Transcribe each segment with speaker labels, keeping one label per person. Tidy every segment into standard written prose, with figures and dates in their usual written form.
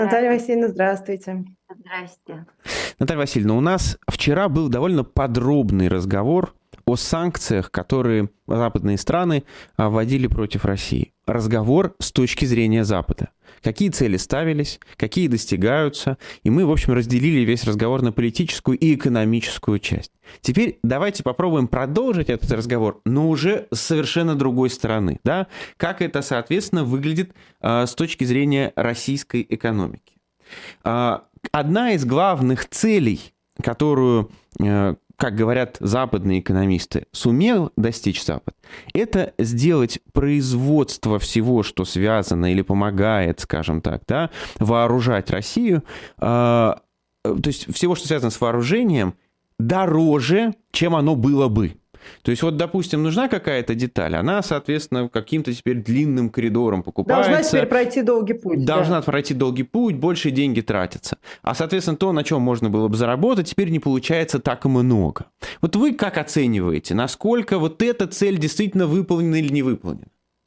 Speaker 1: Наталья
Speaker 2: Здравствуйте.
Speaker 1: Васильевна, здравствуйте.
Speaker 2: Здрасте.
Speaker 3: Наталья Васильевна, у нас вчера был довольно подробный разговор о санкциях, которые западные страны вводили против России. Разговор с точки зрения Запада. Какие цели ставились, какие достигаются. И мы, в общем, разделили весь разговор на политическую и экономическую часть. Теперь давайте попробуем продолжить этот разговор, но уже с совершенно другой стороны. Да? Как это, соответственно, выглядит с точки зрения российской экономики. Одна из главных целей, которую, как говорят западные экономисты, сумел достичь Запад, это сделать производство всего, что связано или помогает, скажем так, да, вооружать Россию, то есть всего, что связано с вооружением, дороже, чем оно было бы. То есть вот, допустим, нужна какая-то деталь, она, соответственно, каким-то теперь длинным коридором покупается.
Speaker 1: Должна теперь пройти долгий путь.
Speaker 3: Должна пройти долгий путь, больше деньги тратятся. А, соответственно, то, на чем можно было бы заработать, теперь не получается так много. Вот вы как оцениваете, насколько вот эта цель действительно выполнена или не выполнена?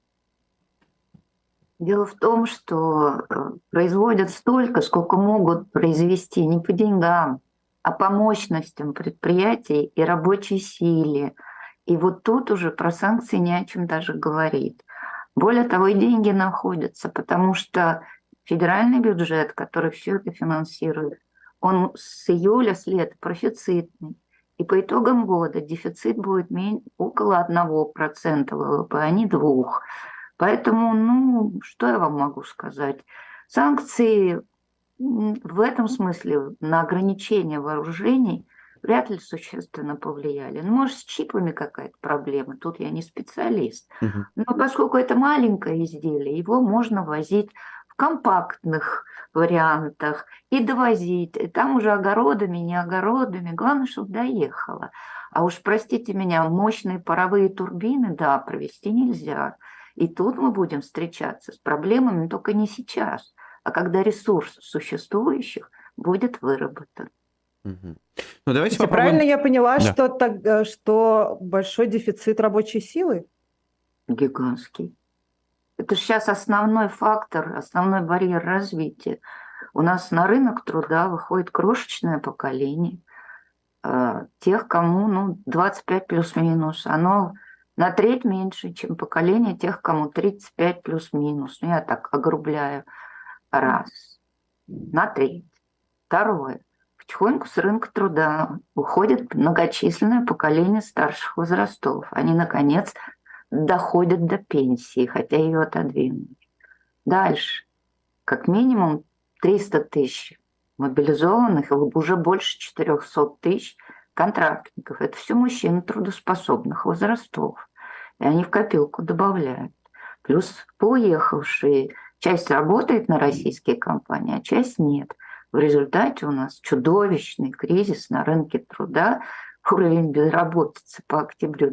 Speaker 2: Дело в том, что производят столько, сколько могут произвести не по деньгам, а по мощностям предприятий и рабочей силе. И вот тут уже про санкции не о чем даже говорить. Более того, и деньги находятся, потому что федеральный бюджет, который все это финансирует, он с июля, с лета профицитный. И по итогам года дефицит будет около 1% ВВП, а не 2%. Поэтому, что я вам могу сказать? Санкции в этом смысле на ограничение вооружений вряд ли существенно повлияли. Может, с чипами какая-то проблема, тут я не специалист. Но поскольку это маленькое изделие, его можно возить в компактных вариантах и довозить. И там уже огородами, не огородами. Главное, чтобы доехало. А уж, простите меня, мощные паровые турбины, да, провести нельзя. И тут мы будем встречаться с проблемами, только не сейчас, а когда ресурс существующих будет выработан.
Speaker 3: Ну, давайте попробуем.
Speaker 1: Правильно я поняла,
Speaker 3: Да.
Speaker 1: что большой дефицит рабочей силы?
Speaker 2: Гигантский. Это сейчас основной фактор, основной барьер развития. У нас на рынок труда выходит крошечное поколение тех, кому 25 плюс-минус. Оно на треть меньше, чем поколение тех, кому 35 плюс-минус. Я так огрубляю. Раз. На треть. Второе. Потихоньку с рынка труда уходит многочисленное поколение старших возрастов. Они, наконец, доходят до пенсии, хотя ее отодвинули. Дальше. Как минимум 300 тысяч мобилизованных, и уже больше 400 тысяч контрактников. Это все мужчины трудоспособных возрастов. И они в копилку добавляют. Плюс поуехавшие. Часть работает на российские компании, а часть нет. В результате у нас чудовищный кризис на рынке труда. Уровень безработицы по октябрю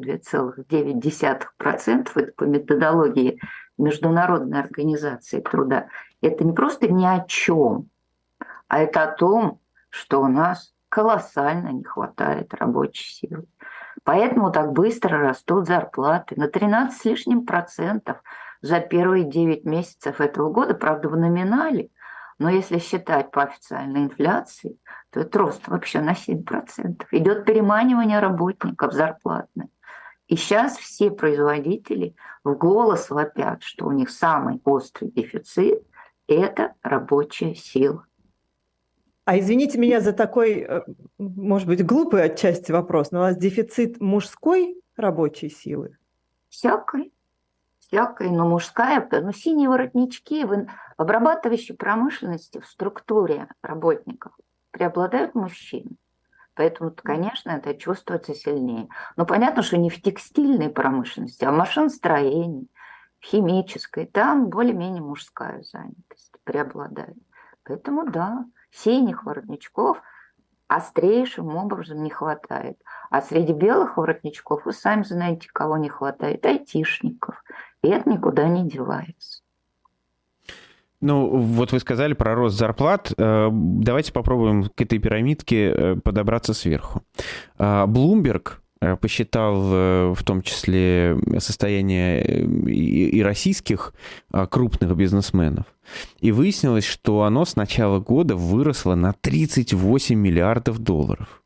Speaker 2: 2,9%. Это по методологии Международной организации труда. Это не просто ни о чем, а это о том, что у нас колоссально не хватает рабочей силы. Поэтому так быстро растут зарплаты на 13 с лишним процентов за первые 9 месяцев этого года, правда, в номинале, но если считать по официальной инфляции, то это рост вообще на 7%. Идет переманивание работников зарплатных. И сейчас все производители в голос вопят, что у них самый острый дефицит – это рабочая сила.
Speaker 1: А извините меня за такой, может быть, глупый отчасти вопрос, но у вас дефицит мужской рабочей силы?
Speaker 2: Всякой, но мужская, синие воротнички в обрабатывающей промышленности в структуре работников преобладают мужчины. Поэтому, конечно, это чувствуется сильнее. Но понятно, что не в текстильной промышленности, а в машиностроении, в химической. Там более-менее мужская занятость преобладает. Поэтому, да, синих воротничков острейшим образом не хватает. А среди белых воротничков вы сами знаете, кого не хватает – айтишников. И это никуда не девается.
Speaker 3: Вот вы сказали про рост зарплат. Давайте попробуем к этой пирамидке подобраться сверху. Bloomberg посчитал в том числе состояние и российских крупных бизнесменов, и выяснилось, что оно с начала года выросло на 38 миллиардов долларов.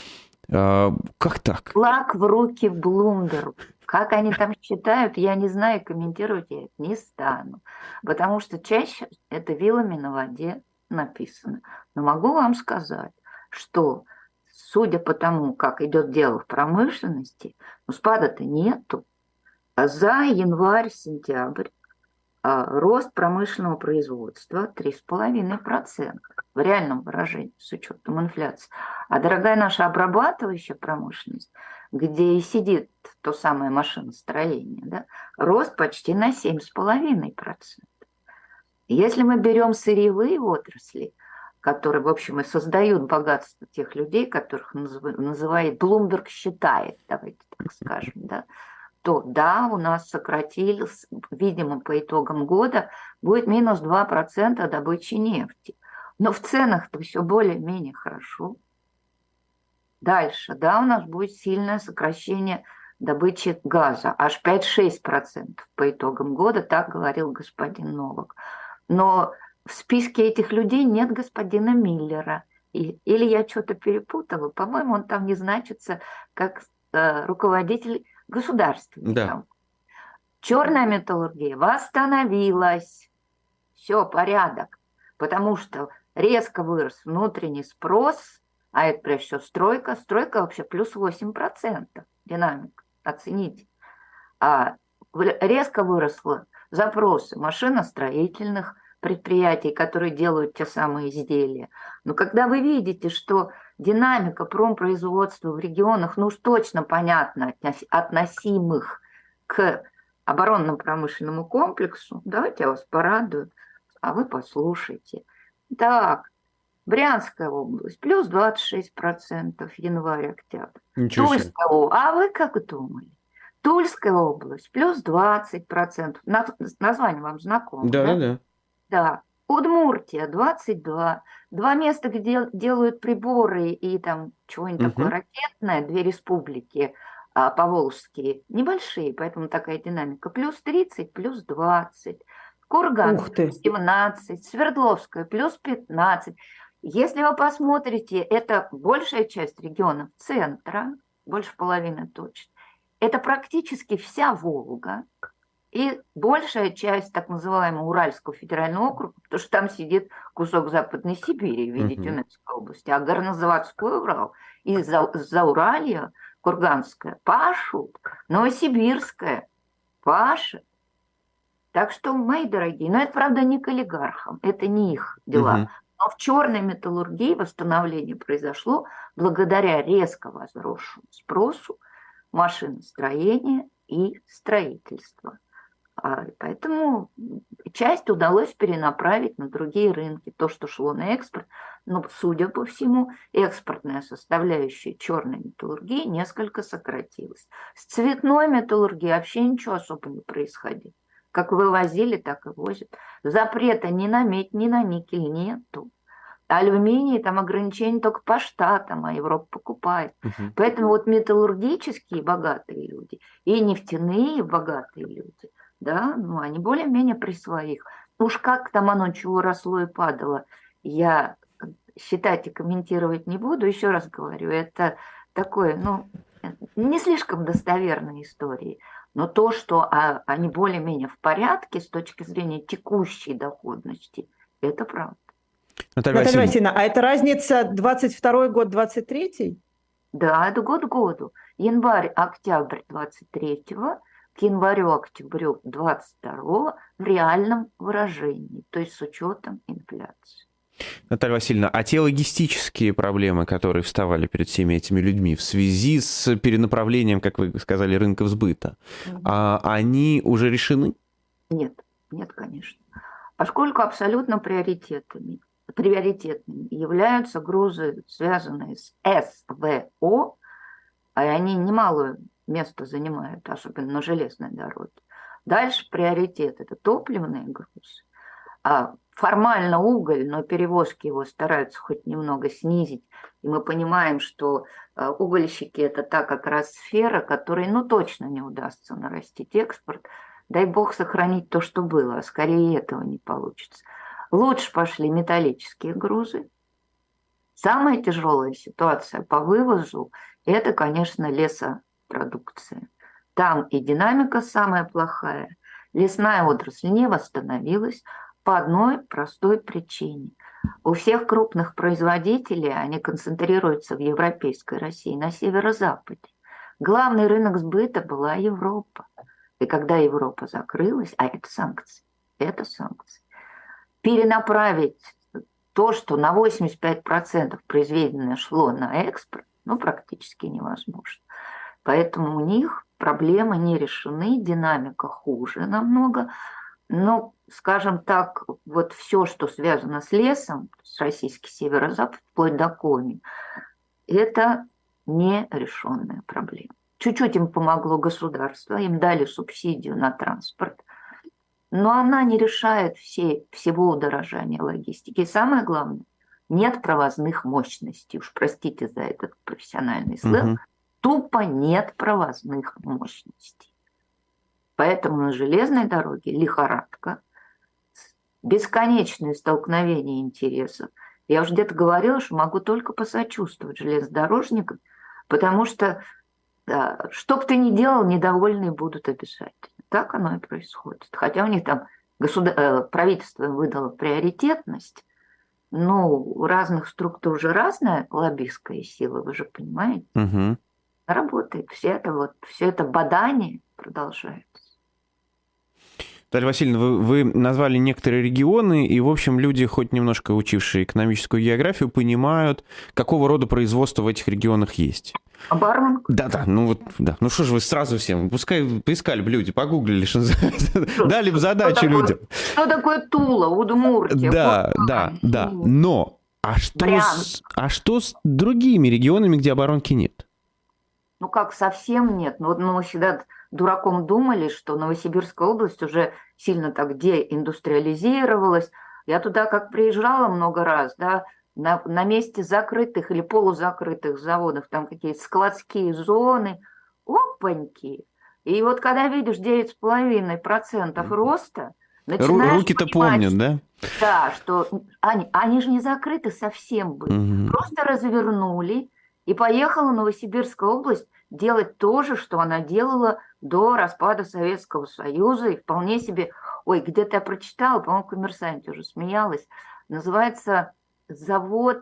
Speaker 3: Как так?
Speaker 2: Флаг в руки Bloomberg. Как они там считают, я не знаю, комментировать я это не стану. Потому что чаще это вилами на воде написано. Но могу вам сказать, что судя по тому, как идет дело в промышленности, спада-то нету. А за январь-сентябрь рост промышленного производства 3,5% в реальном выражении, с учетом инфляции. А дорогая наша обрабатывающая промышленность, где и сидит то самое машиностроение, да, рост почти на 7,5%. Если мы берем сырьевые отрасли, которые, в общем, и создают богатство тех людей, которых называет Bloomberg считает, давайте так скажем, да, то да, у нас сократилось, видимо, по итогам года будет минус 2% добычи нефти. Но в ценах-то все более-менее хорошо. Дальше, да, у нас будет сильное сокращение добычи газа, аж 5-6% по итогам года, так говорил господин Новак. Но в списке этих людей нет господина Миллера. Или я что-то перепутала, по-моему, он там не значится как руководитель государственной компании. Черная металлургия восстановилась. Все, порядок. Потому что резко вырос внутренний спрос, а это прежде всего стройка. Стройка вообще плюс 8% динамика. Оцените. Резко выросли запросы машиностроительных предприятий, которые делают те самые изделия. Но когда вы видите, что динамика промпроизводства в регионах, ну уж точно понятно, относимых к оборонно-промышленному комплексу, давайте я вас порадую, а вы послушайте. Так, Брянская область, плюс 26% январь-октябрь. Тульская область, а вы как думали? Тульская область, плюс 20%. Название вам знакомо, да? Да. Удмуртия 22. Два места, где делают приборы и там чего-нибудь такое ракетное, две республики поволжские, небольшие, поэтому такая динамика. Плюс 30, плюс 20. Курган 17, Свердловская плюс 15. Если вы посмотрите, это большая часть регионов центра, больше половины точно. Это практически вся Волга. И большая часть так называемого Уральского федерального округа, потому что там сидит кусок Западной Сибири в виде Тюменской области, а Горнозаводской Урал и Зауралье, Курганская пашут, Новосибирская пашет. Так что, мои дорогие, но это, правда, не к олигархам, это не их дела. Но в черной металлургии восстановление произошло благодаря резко возросшему спросу машиностроения и строительства. Поэтому часть удалось перенаправить на другие рынки. То, что шло на экспорт, но, судя по всему, экспортная составляющая черной металлургии несколько сократилась. С цветной металлургией вообще ничего особо не происходило. Как вывозили, так и возят. Запрета ни на медь, ни на никель нету. Алюминий, там ограничения только по штатам, а Европа покупает. Поэтому вот металлургические богатые люди и нефтяные богатые люди, да, ну, они более-менее при своих. Уж как там оно чего росло и падало, я считать и комментировать не буду. Еще раз говорю, это такое, ну, не слишком достоверные истории. Но то, что они более-менее в порядке с точки зрения текущей доходности, это правда.
Speaker 1: Наталья Васильевна, а это разница 22 год, 23-й?
Speaker 2: Да, это год к году. Январь-октябрь 23-го к январю-октябрю 22-го в реальном выражении, то есть с учетом инфляции.
Speaker 3: Наталья Васильевна, а те логистические проблемы, которые вставали перед всеми этими людьми в связи с перенаправлением, как вы сказали, рынков сбыта, они уже решены?
Speaker 2: Нет, конечно. Поскольку абсолютно приоритетными являются грузы, связанные с СВО, а они немалое место занимают, особенно на железной дороге. Дальше приоритет – это топливные грузы. А формально уголь, но перевозки его стараются хоть немного снизить. И мы понимаем, что угольщики – это та как раз сфера, которой точно не удастся нарастить экспорт. Дай бог сохранить то, что было, а скорее этого не получится. Лучше пошли металлические грузы. Самая тяжелая ситуация по вывозу – это, конечно, лесопродукция. Там и динамика самая плохая. Лесная отрасль не восстановилась по одной простой причине. У всех крупных производителей, они концентрируются в европейской России, на северо-западе. Главный рынок сбыта была Европа. И когда Европа закрылась, а это санкции, перенаправить то, что на 85% произведенное шло на экспорт, практически невозможно. Поэтому у них проблемы не решены, динамика хуже намного. Но, скажем так, вот все, что связано с лесом, с российский северо-запад, вплоть до Коми, это нерешенная проблема. Чуть-чуть им помогло государство, им дали субсидию на транспорт, но она не решает всего удорожания логистики. И самое главное, нет провозных мощностей. Уж простите за этот профессиональный сленг. Тупо нет провозных мощностей. Поэтому на железной дороге лихорадка, бесконечные столкновения интересов. Я уже где-то говорила, что могу только посочувствовать железнодорожникам, потому что что бы ты ни делал, недовольные будут обязательно. Так оно и происходит. Хотя у них там правительство им выдало приоритетность, но у разных структур же разная лоббистская сила, вы же понимаете. Работает. Все это бадание продолжается.
Speaker 3: Наталья Васильевна, вы назвали некоторые регионы, и, в общем, люди, хоть немножко учившие экономическую географию, понимают, какого рода производство в этих регионах есть.
Speaker 2: Оборонка?
Speaker 3: Да. Ну что же вы сразу всем, пускай поискали бы люди, погуглили, что дали бы задачу людям.
Speaker 2: Что такое Тула, Удмуртия?
Speaker 3: Да. Но, а что с другими регионами, где оборонки нет?
Speaker 2: Как совсем нет. Мы всегда дураком думали, что Новосибирская область уже сильно так деиндустриализировалась. Я туда как приезжала много раз, да, на месте закрытых или полузакрытых заводов, там какие-то складские зоны, опаньки. И вот когда видишь 9,5% роста, начинаешь
Speaker 3: руки-то
Speaker 2: понимать,
Speaker 3: помнят, да?
Speaker 2: Да, что они же не закрыты совсем были. Просто развернули, и поехала Новосибирская область делать то же, что она делала до распада Советского Союза. И вполне себе... где-то я прочитала, по-моему, в «Коммерсанте» уже смеялась. Называется завод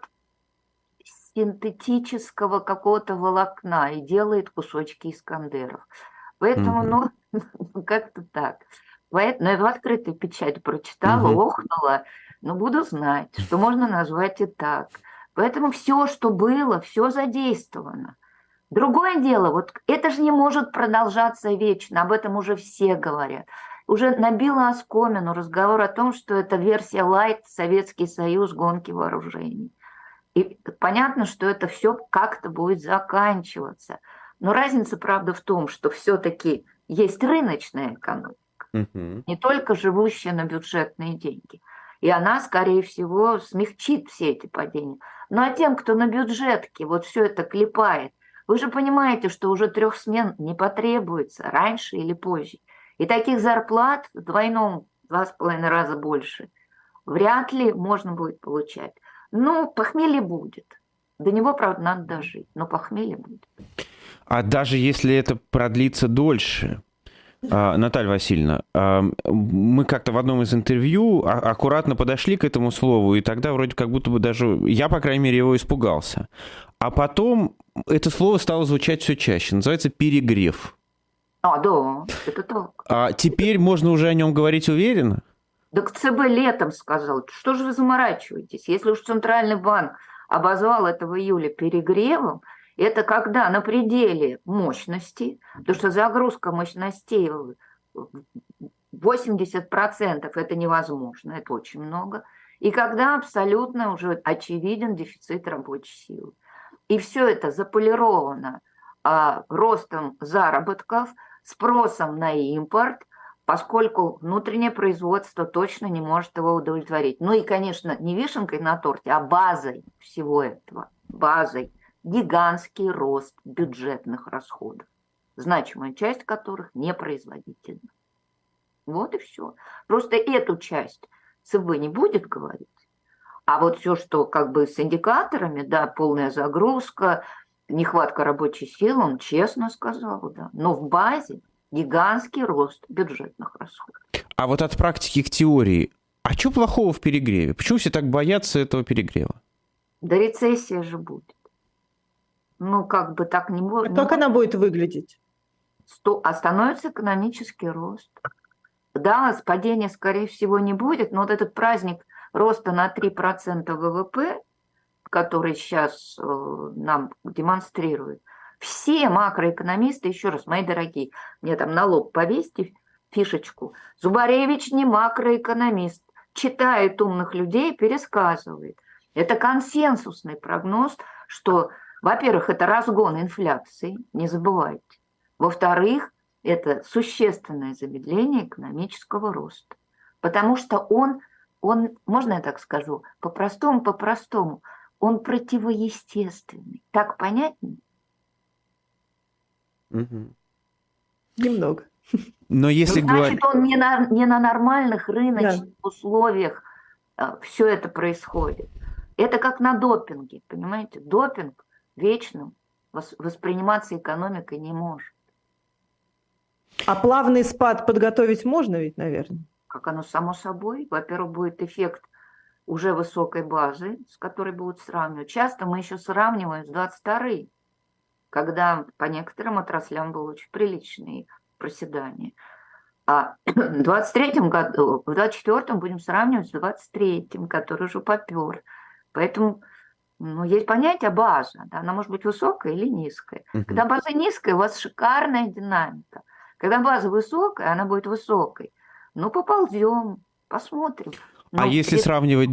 Speaker 2: синтетического какого-то волокна и делает кусочки искандеров. Поэтому, как-то так. Но я в открытой печати прочитала, охнула, но буду знать, что можно назвать и так. Поэтому все, что было, все задействовано. Другое дело, это же не может продолжаться вечно, об этом уже все говорят. Уже набило оскомину разговор о том, что это версия лайт Советский Союз гонки вооружений. И понятно, что это все как-то будет заканчиваться. Но разница, правда, в том, что все-таки есть рыночная экономика, не только живущая на бюджетные деньги. И она, скорее всего, смягчит все эти падения. Ну а тем, кто на бюджетке все это клепает, вы же понимаете, что уже 3 смен не потребуется раньше или позже. И таких зарплат в 2,5 раза больше вряд ли можно будет получать. Похмелье будет. До него, правда, надо дожить, но похмелье будет.
Speaker 3: А даже если это продлится дольше, Наталья Васильевна, мы как-то в одном из интервью аккуратно подошли к этому слову, и тогда вроде как будто бы даже, я, по крайней мере, его испугался. А потом это слово стало звучать все чаще. Называется перегрев.
Speaker 2: Да, это так.
Speaker 3: А теперь можно уже о нем говорить уверенно?
Speaker 2: Так ЦБ летом сказал, что же вы заморачиваетесь? Если уж Центральный банк обозвал это в июле перегревом, это когда на пределе мощности, потому что загрузка мощностей 80% это невозможно, это очень много, и когда абсолютно уже очевиден дефицит рабочей силы. И все это заполировано ростом заработков, спросом на импорт, поскольку внутреннее производство точно не может его удовлетворить. Ну и, конечно, не вишенкой на торте, а базой всего этого. Базой гигантский рост бюджетных расходов, значимая часть которых непроизводительна. Вот и все. Просто эту часть ЦБ не будет говорить. А вот все, что как бы с индикаторами, да, полная загрузка, нехватка рабочей силы, он честно сказал, да. Но в базе гигантский рост бюджетных расходов.
Speaker 3: А вот от практики к теории, а что плохого в перегреве? Почему все так боятся этого перегрева?
Speaker 2: Да рецессия же будет. Ну, как бы так не может.
Speaker 1: Как она будет выглядеть?
Speaker 2: Остановится экономический рост. Да, падения, скорее всего, не будет, но вот этот праздник роста на 3% ВВП, который сейчас нам демонстрирует, все макроэкономисты, еще раз, мои дорогие, мне там на лоб повесьте фишечку, Зубаревич не макроэкономист, читает умных людей, пересказывает. Это консенсусный прогноз, что, во-первых, это разгон инфляции, не забывайте. Во-вторых, это существенное замедление экономического роста. Потому что он, можно я так скажу, по-простому, он противоестественный. Так понятнее?
Speaker 3: Угу.
Speaker 1: Немного.
Speaker 3: Но если
Speaker 2: значит, он не на нормальных рыночных условиях все это происходит. Это как на допинге, понимаете? Допинг вечным восприниматься экономикой не может.
Speaker 1: А плавный спад подготовить можно ведь, наверное?
Speaker 2: Как оно само собой. Во-первых, будет эффект уже высокой базы, с которой будут сравнивать. Часто мы еще сравниваем с 22-й, когда по некоторым отраслям было очень приличное проседание. А в 23-м году, в 24-м будем сравнивать с 23-м, который уже попер. Поэтому есть понятие база. Да, она может быть высокая или низкая. Когда база низкая, у вас шикарная динамика. Когда база высокая, она будет высокой. Ну, поползем, посмотрим.
Speaker 3: А если сравнивать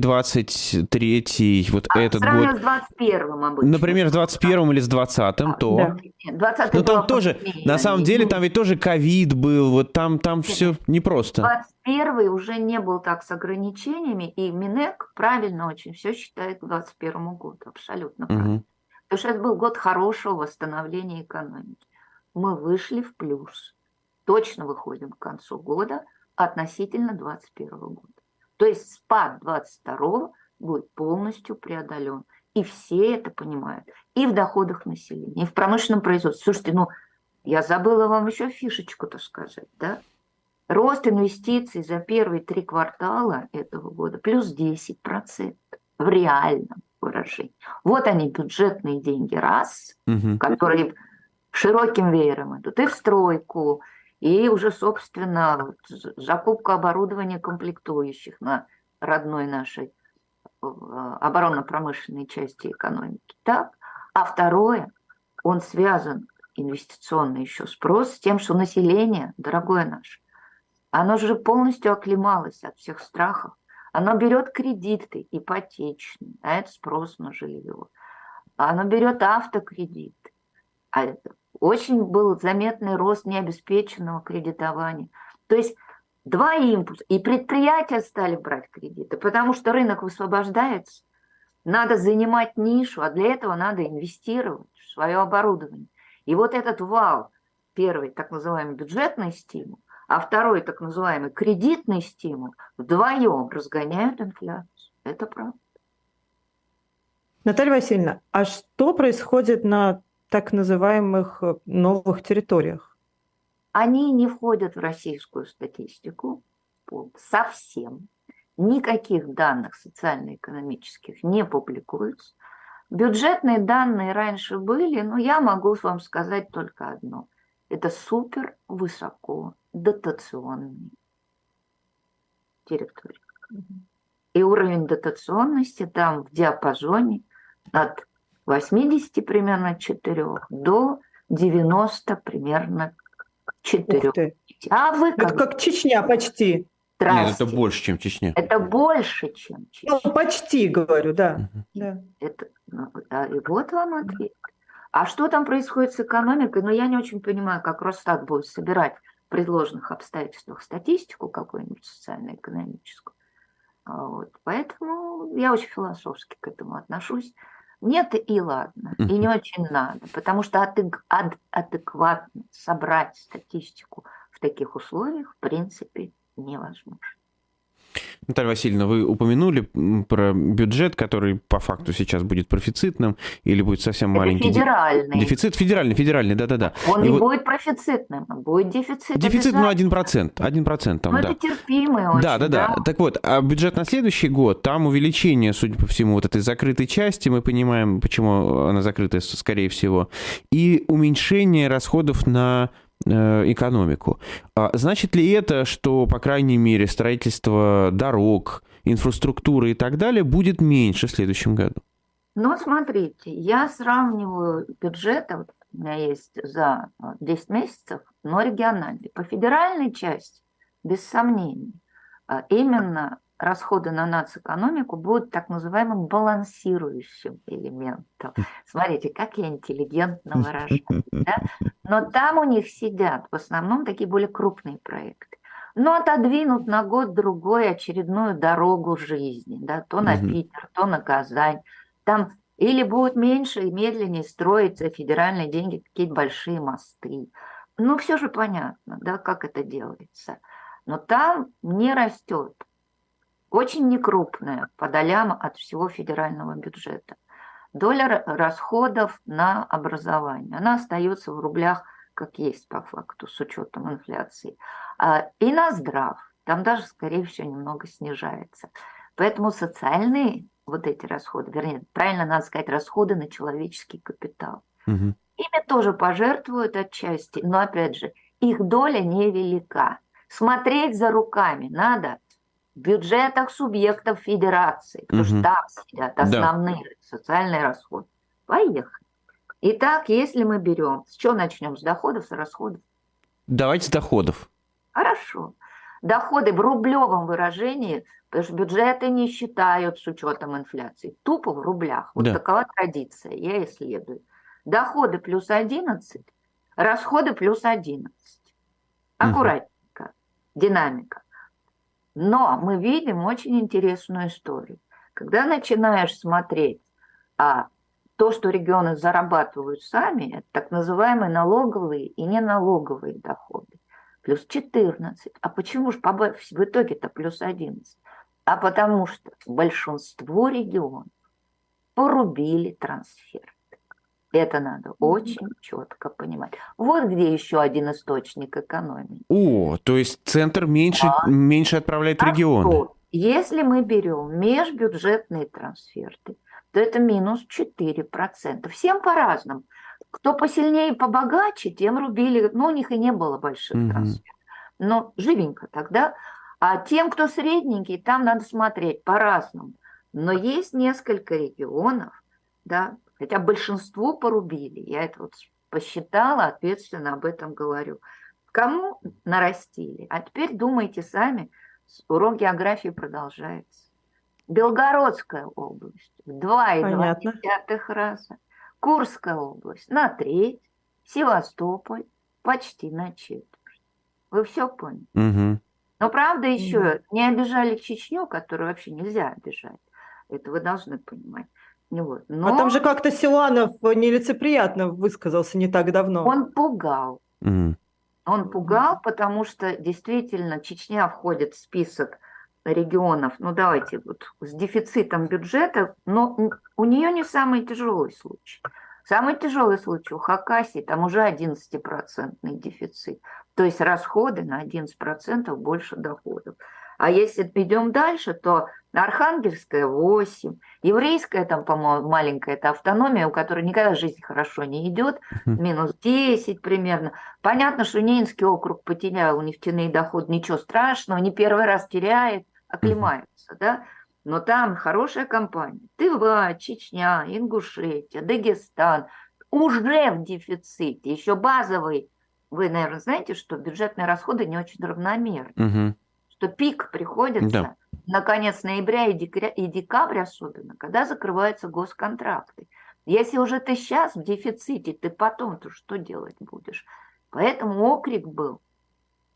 Speaker 3: 23-й, вот этот год...
Speaker 2: Сравнивать с 21-м обычно.
Speaker 3: Например, с 21-м или с 20-м, то...
Speaker 1: Да.
Speaker 2: 20-й
Speaker 3: но там тоже, на самом деле, там ведь тоже ковид был, вот там все непросто.
Speaker 2: 21-й уже не был так с ограничениями, и Минэк правильно очень все считает к 21-му году, абсолютно правильно. Потому что это был год хорошего восстановления экономики. Мы вышли в плюс. Точно выходим к концу года относительно 21 года. То есть спад 22-го будет полностью преодолен. И все это понимают. И в доходах населения, и в промышленном производстве. Слушайте, я забыла вам еще фишечку-то сказать, да? Рост инвестиций за первые 3 квартала этого года плюс 10% в реальном выражении. Вот они, бюджетные деньги, раз, которые широким веером идут и в стройку, и уже, собственно, закупка оборудования комплектующих на родной нашей оборонно-промышленной части экономики. Так? А второе, он связан, инвестиционный еще спрос, с тем, что население, дорогое наше, оно же полностью оклемалось от всех страхов. Оно берет кредиты ипотечные, а это спрос на жилье. Оно берет автокредит. А это очень был заметный рост необеспеченного кредитования. То есть 2 импульса. И предприятия стали брать кредиты, потому что рынок высвобождается. Надо занимать нишу, а для этого надо инвестировать в свое оборудование. И вот этот вал, первый так называемый бюджетный стимул, а второй так называемый кредитный стимул, вдвоем разгоняют инфляцию. Это правда.
Speaker 1: Наталья Васильевна, а что происходит на так называемых новых территориях?
Speaker 2: Они не входят в российскую статистику совсем. Никаких данных социально-экономических не публикуются. Бюджетные данные раньше были, но я могу вам сказать только одно. Это супер высоко дотационные территории. И уровень дотационности там в диапазоне от 80 примерно 4 до 90 примерно 4. А вы
Speaker 1: это как Чечня почти.
Speaker 3: Нет, это больше, чем Чечня.
Speaker 2: Это больше, чем Чечня.
Speaker 1: Почти, говорю, да.
Speaker 2: Это, и вот вам ответ. А что там происходит с экономикой? Я не очень понимаю, как Росстат будет собирать предложенных обстоятельствах статистику какую-нибудь социально-экономическую. Вот. Поэтому я очень философски к этому отношусь. Нет и ладно, и не очень надо, потому что адекватно собрать статистику в таких условиях в принципе невозможно.
Speaker 3: Наталья Васильевна, вы упомянули про бюджет, который по факту сейчас будет профицитным или будет совсем маленький.
Speaker 2: Федеральный.
Speaker 3: Дефицит федеральный, да-да-да.
Speaker 2: Он не будет профицитным, он будет дефицит.
Speaker 3: Дефицит, 1%. 1% там,
Speaker 2: это терпимый очень.
Speaker 3: Да. Так вот, а бюджет на следующий год, там увеличение, судя по всему, вот этой закрытой части, мы понимаем, почему она закрыта, скорее всего, и уменьшение расходов на экономику. Значит ли это, что, по крайней мере, строительство дорог, инфраструктуры и так далее будет меньше в следующем году?
Speaker 2: Ну, смотрите, я сравниваю бюджеты, вот у меня есть за 10 месяцев, но региональные. По федеральной части, без сомнений, именно расходы на нацэкономику будут так называемым балансирующим элементом. Смотрите, как я интеллигентно выражаюсь. Да? Но там у них сидят в основном такие более крупные проекты. Но отодвинут на год-другой очередную дорогу жизни. Да? То на Питер, то на Казань. Там или будут меньше и медленнее строиться федеральные деньги, какие-то большие мосты. Ну, все же понятно, да, как это делается. Но там не растет. Очень некрупная по долям от всего федерального бюджета. Доля расходов на образование, она остается в рублях как есть по факту, с учетом инфляции. И на здрав, там даже, скорее всего, немного снижается. Поэтому социальные вот эти расходы, вернее, правильно надо сказать, расходы на человеческий капитал. Ими тоже пожертвуют отчасти, но, опять же, их доля невелика. Смотреть за руками надо в бюджетах субъектов федерации, потому что там сидят основные социальные расходы. Поехали. Итак, если мы берем, с чего начнем? С доходов, с расходов?
Speaker 3: Давайте с доходов.
Speaker 2: Хорошо. Доходы в рублевом выражении, потому что бюджеты не считают с учетом инфляции, тупо в рублях. Вот такова традиция, я исследую. Доходы плюс 11, расходы плюс 11. Аккуратненько, динамика. Но мы видим очень интересную историю. Когда начинаешь смотреть то, что регионы зарабатывают сами, это так называемые налоговые и неналоговые доходы. Плюс 14. А почему же в итоге-то плюс 11? А потому что большинство регионов порубили трансферты. Это надо очень четко понимать. Вот где еще один источник экономии.
Speaker 3: То есть центр меньше отправляет в регионы.
Speaker 2: Если мы берем межбюджетные трансферты, то это минус 4%. Всем по-разному. Кто посильнее и побогаче, тем рубили. У них и не было больших трансферов. Но живенько тогда. А тем, кто средненький, там надо смотреть по-разному. Но есть несколько регионов, да, хотя большинству порубили. Я это вот посчитала, ответственно об этом говорю. Кому нарастили? А теперь думайте сами, урок географии продолжается. Белгородская область в 2,2 раза. Курская область на треть. Севастополь почти на четверть. Вы все поняли? Но правда еще не обижали Чечню, которую вообще нельзя обижать. Это вы должны понимать. Вот. Но
Speaker 1: а там же как-то Силуанов нелицеприятно высказался не так давно.
Speaker 2: Он пугал. Он пугал, потому что действительно Чечня входит в список регионов, давайте вот с дефицитом бюджета, но у нее не самый тяжелый случай. Самый тяжелый случай у Хакасии, там уже 11% дефицит. То есть расходы на 11% больше доходов. А если идем дальше, то Архангельская 8, еврейская там, по-моему, маленькая, это автономия, у которой никогда жизнь хорошо не идет, минус 10 примерно. Понятно, что Ненецкий округ потерял нефтяные доходы, ничего страшного, не первый раз теряет, оклемается, да? Но там хорошая компания. Тыва, Чечня, Ингушетия, Дагестан уже в дефиците, еще базовый. Вы, наверное, знаете, что бюджетные расходы не очень равномерны. Что пик приходится на конец ноября и декабрь особенно, когда закрываются госконтракты. Если уже ты сейчас в дефиците, ты потом-то что делать будешь? Поэтому окрик был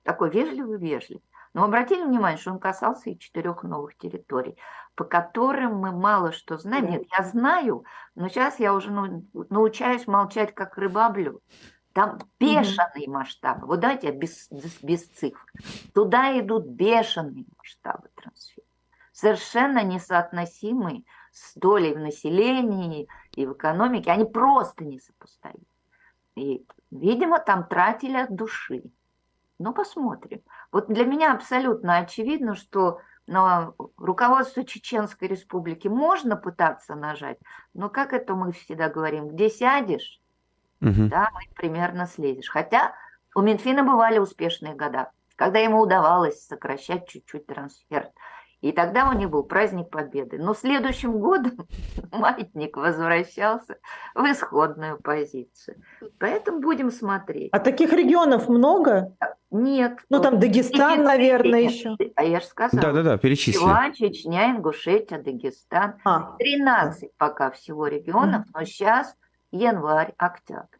Speaker 2: такой вежливый-вежливый. Но обратили внимание, что он касался и 4 новых территорий, по которым мы мало что знаем. Нет, я знаю, но сейчас я уже научаюсь молчать, как рыба об лёд. Там бешеные масштабы. Вот давайте я без цифр. Туда идут бешеные масштабы трансфера. Совершенно несоотносимые с долей в населении и в экономике. Они просто несопоставимы. И, видимо, там тратили от души. Ну, посмотрим. Вот для меня абсолютно очевидно, что на руководство Чеченской Республики можно пытаться нажать, но как это мы всегда говорим, где сядешь, да, мы примерно слезешь. Хотя у Минфина бывали успешные года, когда ему удавалось сокращать чуть-чуть трансфер. И тогда у них был праздник Победы. Но следующим годом маятник возвращался в исходную позицию. Поэтому будем смотреть.
Speaker 1: А таких регионов много?
Speaker 2: Нет.
Speaker 1: Ну, там Дагестан, наверное, еще.
Speaker 2: А я же сказала.
Speaker 3: Да, перечисли.
Speaker 2: Тыва, Чечня, Ингушетия, Дагестан. 13 пока всего регионов, но сейчас январь, октябрь.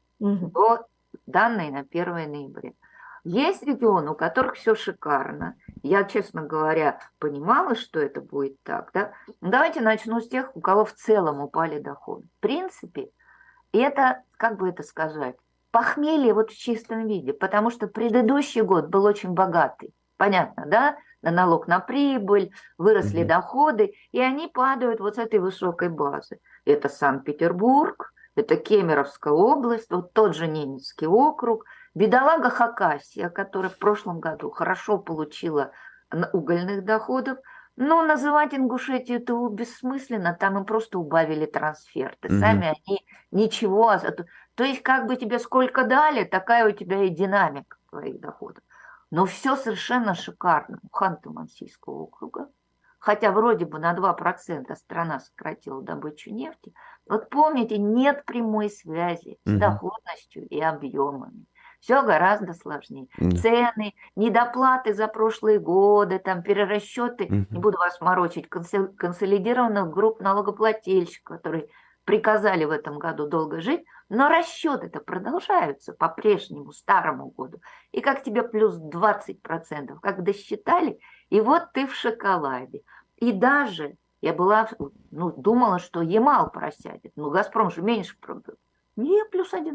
Speaker 2: Вот данные на 1 ноября. Есть регионы, у которых все шикарно. Я, честно говоря, понимала, что это будет так. Да? Давайте начну с тех, у кого в целом упали доходы. В принципе, это, как бы это сказать, похмелье вот в чистом виде, потому что предыдущий год был очень богатый. Понятно, да? На налог на прибыль, выросли доходы, и они падают вот с этой высокой базы. Это Санкт-Петербург, это Кемеровская область, вот тот же Ненецкий округ, бедолага Хакасия, которая в прошлом году хорошо получила угольных доходов, но называть Ингушетию это бессмысленно, там им просто убавили трансферты, сами они ничего. То есть как бы тебе сколько дали, такая у тебя и динамика твоих доходов. Но все совершенно шикарно у Ханты-Мансийского округа. Хотя вроде бы на 2% страна сократила добычу нефти. Вот помните, нет прямой связи с доходностью и объемами. Все гораздо сложнее. Цены, недоплаты за прошлые годы, там перерасчеты, не буду вас морочить, консолидированных групп налогоплательщиков, которые приказали в этом году долго жить, но расчеты-то продолжаются по прежнему старому году. И как тебе плюс 20%, как досчитали, и вот ты в шоколаде. И даже я была, думала, что Ямал просядет, но Газпром же меньше продает. Не, плюс 11%.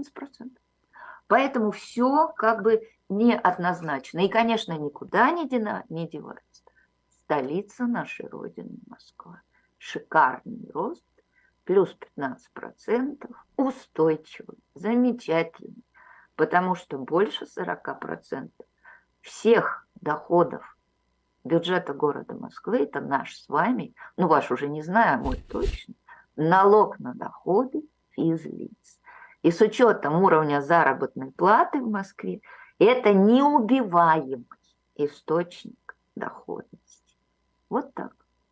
Speaker 2: Поэтому все как бы неоднозначно. И, конечно, никуда не девается. Столица нашей Родины, Москва. Шикарный рост, плюс 15%, устойчивый, замечательный. Потому что больше 40% всех доходов бюджета города Москвы, это наш с вами, ваш уже не знаю, а мой точно, налог на доходы физлиц. И с учетом уровня заработной платы в Москве, это неубиваемый источник доходности. Вот так.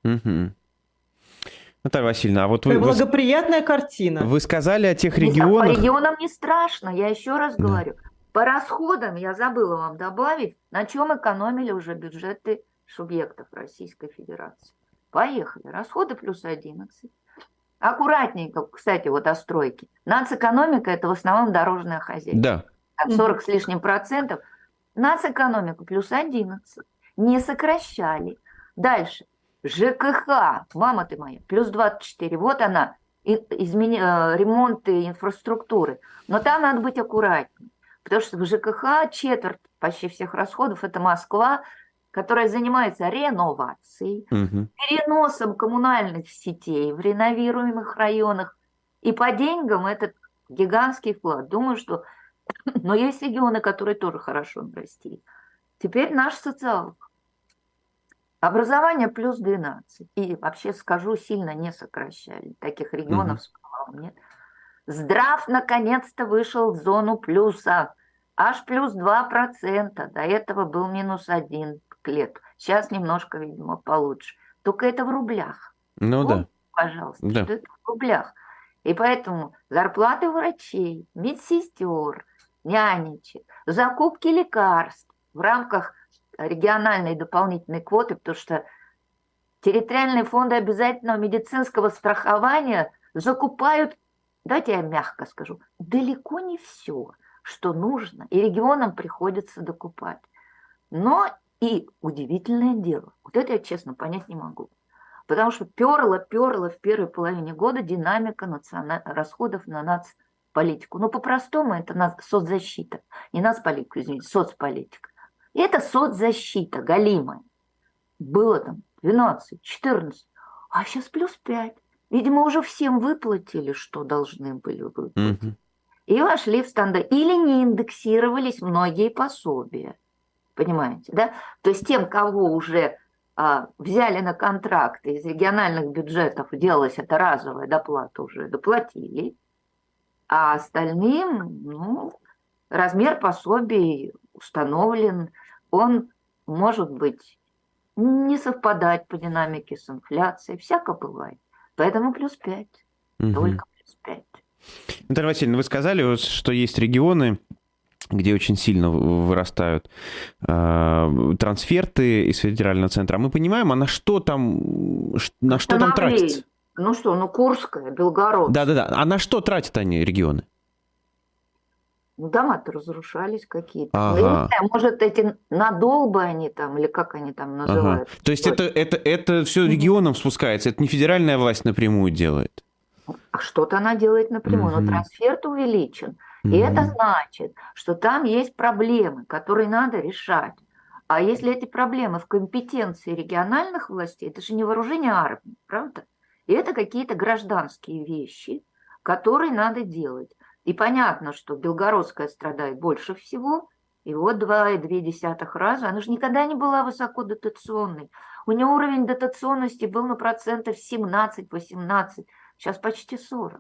Speaker 3: Наталья Васильевна, а вот
Speaker 1: вы... Благоприятная картина.
Speaker 3: Вы сказали о тех регионах...
Speaker 2: По регионам не страшно, я еще раз говорю. По расходам, я забыла вам добавить, на чем экономили уже бюджеты субъектов Российской Федерации. Поехали. Расходы плюс 11. Аккуратненько, кстати, вот о стройке. Нацэкономика – это в основном дорожное хозяйство.
Speaker 3: Да.
Speaker 2: Там 40 с лишним процентов. Нацэкономика плюс 11. Не сокращали. Дальше. ЖКХ, мама ты моя, плюс 24. Вот она, ремонты инфраструктуры. Но там надо быть аккуратнее. Потому что в ЖКХ четверть почти всех расходов – это Москва, которая занимается реновацией, переносом коммунальных сетей в реновируемых районах. И по деньгам это гигантский вклад. Думаю, что... Но есть регионы, которые тоже хорошо нарастили. Теперь наш социалка. Образование плюс 12. И вообще, скажу, сильно не сокращали. Таких регионов нет. Здрав наконец-то вышел в зону плюса. Аж плюс 2%. До этого был минус 1 к лету. Сейчас немножко, видимо, получше. Только это в рублях.
Speaker 3: Да.
Speaker 2: Пожалуйста, что это в рублях. И поэтому зарплаты врачей, медсестер, нянечек, закупки лекарств в рамках региональной дополнительной квоты, потому что территориальные фонды обязательного медицинского страхования закупают, давайте я мягко скажу, далеко не все, что нужно, и регионам приходится докупать. Но и удивительное дело, вот это я честно понять не могу. Потому что перла в первой половине года динамика расходов на нацполитику. Ну, по-простому, это соцзащита. Не нацполитика, извините, соцполитика. И это соцзащита галимая. Было там 12, 14, а сейчас плюс 5. Видимо, уже всем выплатили, что должны были выплатить. И вошли в стандарт. Или не индексировались многие пособия. Понимаете, да? То есть тем, кого уже взяли на контракты из региональных бюджетов, делалась эта разовая доплата, уже доплатили, а остальным, размер пособий установлен, он может быть не совпадать по динамике с инфляцией, всяко бывает. Поэтому плюс 5, только плюс 5.
Speaker 3: Наталья Васильевна, вы сказали, что есть регионы, где очень сильно вырастают трансферты из федерального центра. А мы понимаем, а на что там тратится?
Speaker 2: Курская, Белгородская.
Speaker 3: Да. А на что тратят они, регионы?
Speaker 2: Дома-то разрушались какие-то.
Speaker 3: Ага.
Speaker 2: Я не знаю, может, эти надолбы они там, или как они там называют.
Speaker 3: То есть это все регионам спускается, это не федеральная власть напрямую делает?
Speaker 2: А что-то она делает напрямую, но трансфер увеличен. И это значит, что там есть проблемы, которые надо решать. А если эти проблемы в компетенции региональных властей, это же не вооружение армии, правда? И это какие-то гражданские вещи, которые надо делать. И понятно, что Белгородская страдает больше всего, и вот 2,2 раза. Она же никогда не была высокодотационной. У нее уровень дотационности был на процентов 17-18, сейчас почти 40.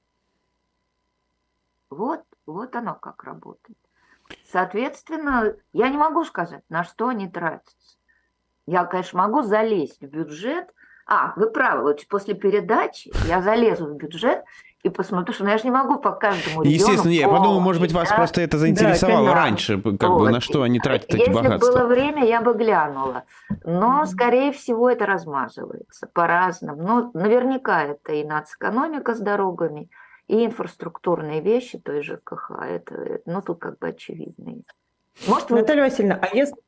Speaker 2: Вот оно как работает. Соответственно, я не могу сказать, на что они тратятся. Я, конечно, могу залезть в бюджет. Вы правы, вот после передачи я залезу в бюджет и посмотрю, что я же не могу по каждому региону.
Speaker 3: Естественно, я подумал, может быть, вас просто это заинтересовало раньше, на что они тратят эти богатства.
Speaker 2: Если было время, я бы глянула. Но, скорее всего, это размазывается по-разному. Но наверняка это и нацэкономика с дорогами, и инфраструктурные вещи, той же ЖКХ. Тут как бы очевидно.
Speaker 1: Наталья Васильевна,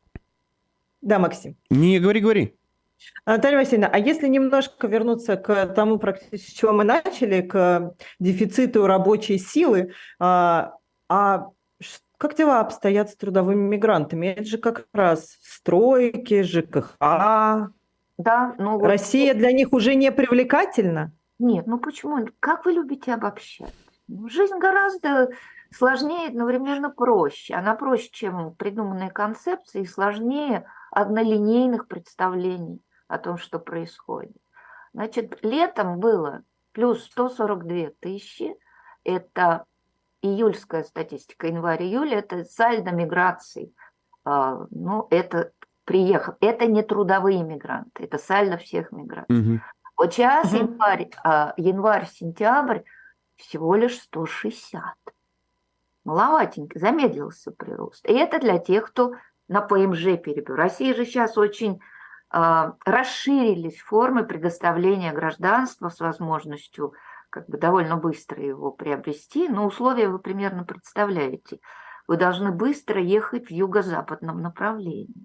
Speaker 1: Да, Максим.
Speaker 3: Не, говори.
Speaker 1: Наталья Васильевна, а если немножко вернуться к тому, практически с чего мы начали, к дефициту рабочей силы, как дела обстоят с трудовыми мигрантами? Это же как раз стройки, ЖКХ.
Speaker 2: Да,
Speaker 1: Россия для них уже не привлекательна?
Speaker 2: Нет, почему? Как вы любите обобщать? Жизнь гораздо сложнее, одновременно проще. Она проще, чем придуманные концепции, и сложнее однолинейных представлений о том, что происходит. Значит, летом было плюс 142 тысячи. Это июльская статистика, январь-июль, это сальдо миграций. Это это не трудовые мигранты, это сальдо всех миграций. Вот сейчас январь-сентябрь всего лишь 160. Маловатенько, замедлился прирост. И это для тех, кто на ПМЖ перебил. В России же сейчас очень расширились формы предоставления гражданства с возможностью довольно быстро его приобрести. Но условия вы примерно представляете. Вы должны быстро ехать в юго-западном направлении.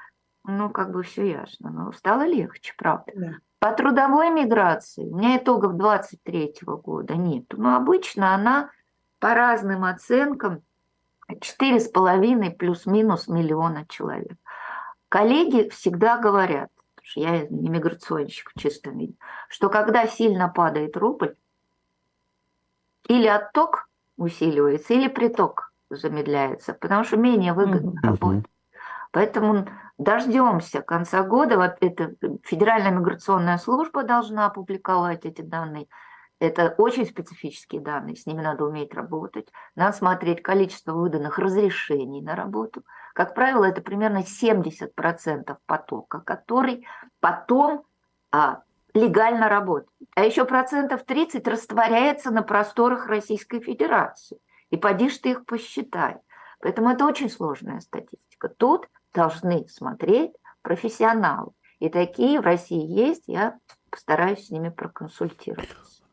Speaker 2: Все ясно. Но стало легче, правда. Да. По трудовой миграции у меня итогов 2023 года нет. Обычно она по разным оценкам 4,5 плюс-минус миллиона человек. Коллеги всегда говорят, потому что я не миграционщик в чистом виде, что когда сильно падает рубль, или отток усиливается, или приток замедляется, потому что менее выгодно работать. Поэтому дождемся конца года. Это Федеральная миграционная служба должна опубликовать эти данные. Это очень специфические данные, с ними надо уметь работать. Надо смотреть количество выданных разрешений на работу. Как правило, это примерно 70% потока, который потом легально работает. А еще 30% растворяется на просторах Российской Федерации. И поди ж ты их посчитай. Поэтому это очень сложная статистика. Тут должны смотреть профессионалы. И такие в России есть, я постараюсь с ними проконсультироваться.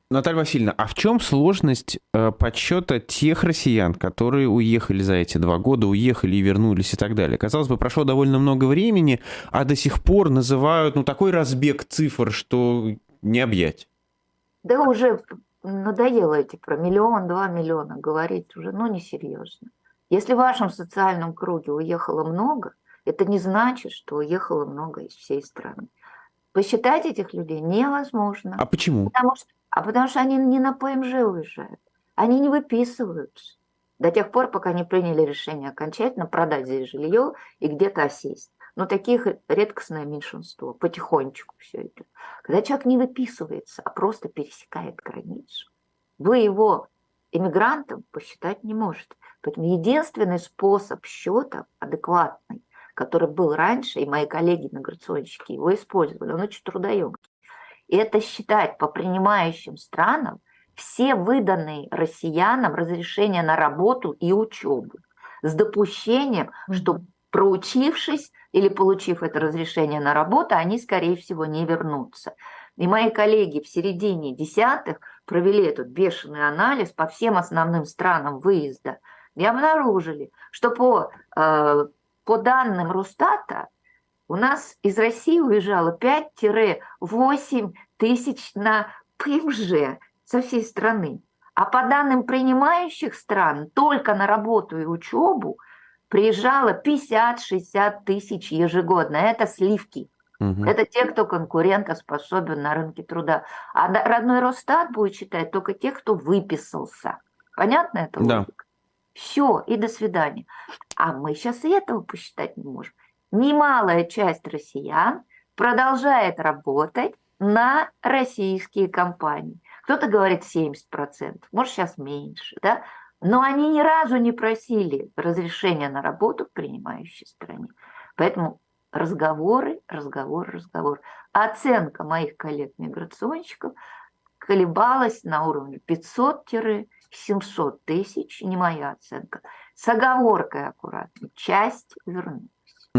Speaker 3: Наталья Васильевна, а в чем сложность подсчета тех россиян, которые уехали за эти 2 года, уехали и вернулись и так далее? Казалось бы, прошло довольно много времени, а до сих пор называют такой разбег цифр, что не объять.
Speaker 2: Да уже надоело эти про 1-2 миллиона говорить уже, несерьезно. Если в вашем социальном круге уехало много, это не значит, что уехало много из всей страны. Посчитать этих людей невозможно.
Speaker 3: А почему?
Speaker 2: Потому что они не на ПМЖ уезжают. Они не выписываются. До тех пор, пока не приняли решение окончательно продать здесь жилье и где-то осесть. Но таких редкостное меньшинство. Потихонечку все идет. Когда человек не выписывается, а просто пересекает границу, вы его иммигрантом посчитать не можете. Поэтому единственный способ счета адекватный, который был раньше, и мои коллеги-миграционщики его использовали, он очень трудоемкий. И это считать по принимающим странам все выданные россиянам разрешения на работу и учебу с допущением, что проучившись или получив это разрешение на работу, они, скорее всего, не вернутся. И мои коллеги в середине десятых провели этот бешеный анализ по всем основным странам выезда и обнаружили, что по данным Росстата у нас из России уезжало 5-8 тысяч на ПМЖ со всей страны. А по данным принимающих стран, только на работу и учебу приезжало 50-60 тысяч ежегодно. Это сливки. Это те, кто конкурентоспособен на рынке труда. А родной Росстат будет считать только тех, кто выписался. Понятно это?
Speaker 3: Да.
Speaker 2: Все, и до свидания. А мы сейчас и этого посчитать не можем. Немалая часть россиян продолжает работать на российские компании. Кто-то говорит 70%, может сейчас меньше, да? Но они ни разу не просили разрешения на работу в принимающей стране. Поэтому разговоры. Оценка моих коллег-миграционщиков колебалась на уровне 500-700 тысяч, не моя оценка. С оговоркой аккуратно, часть вернулась.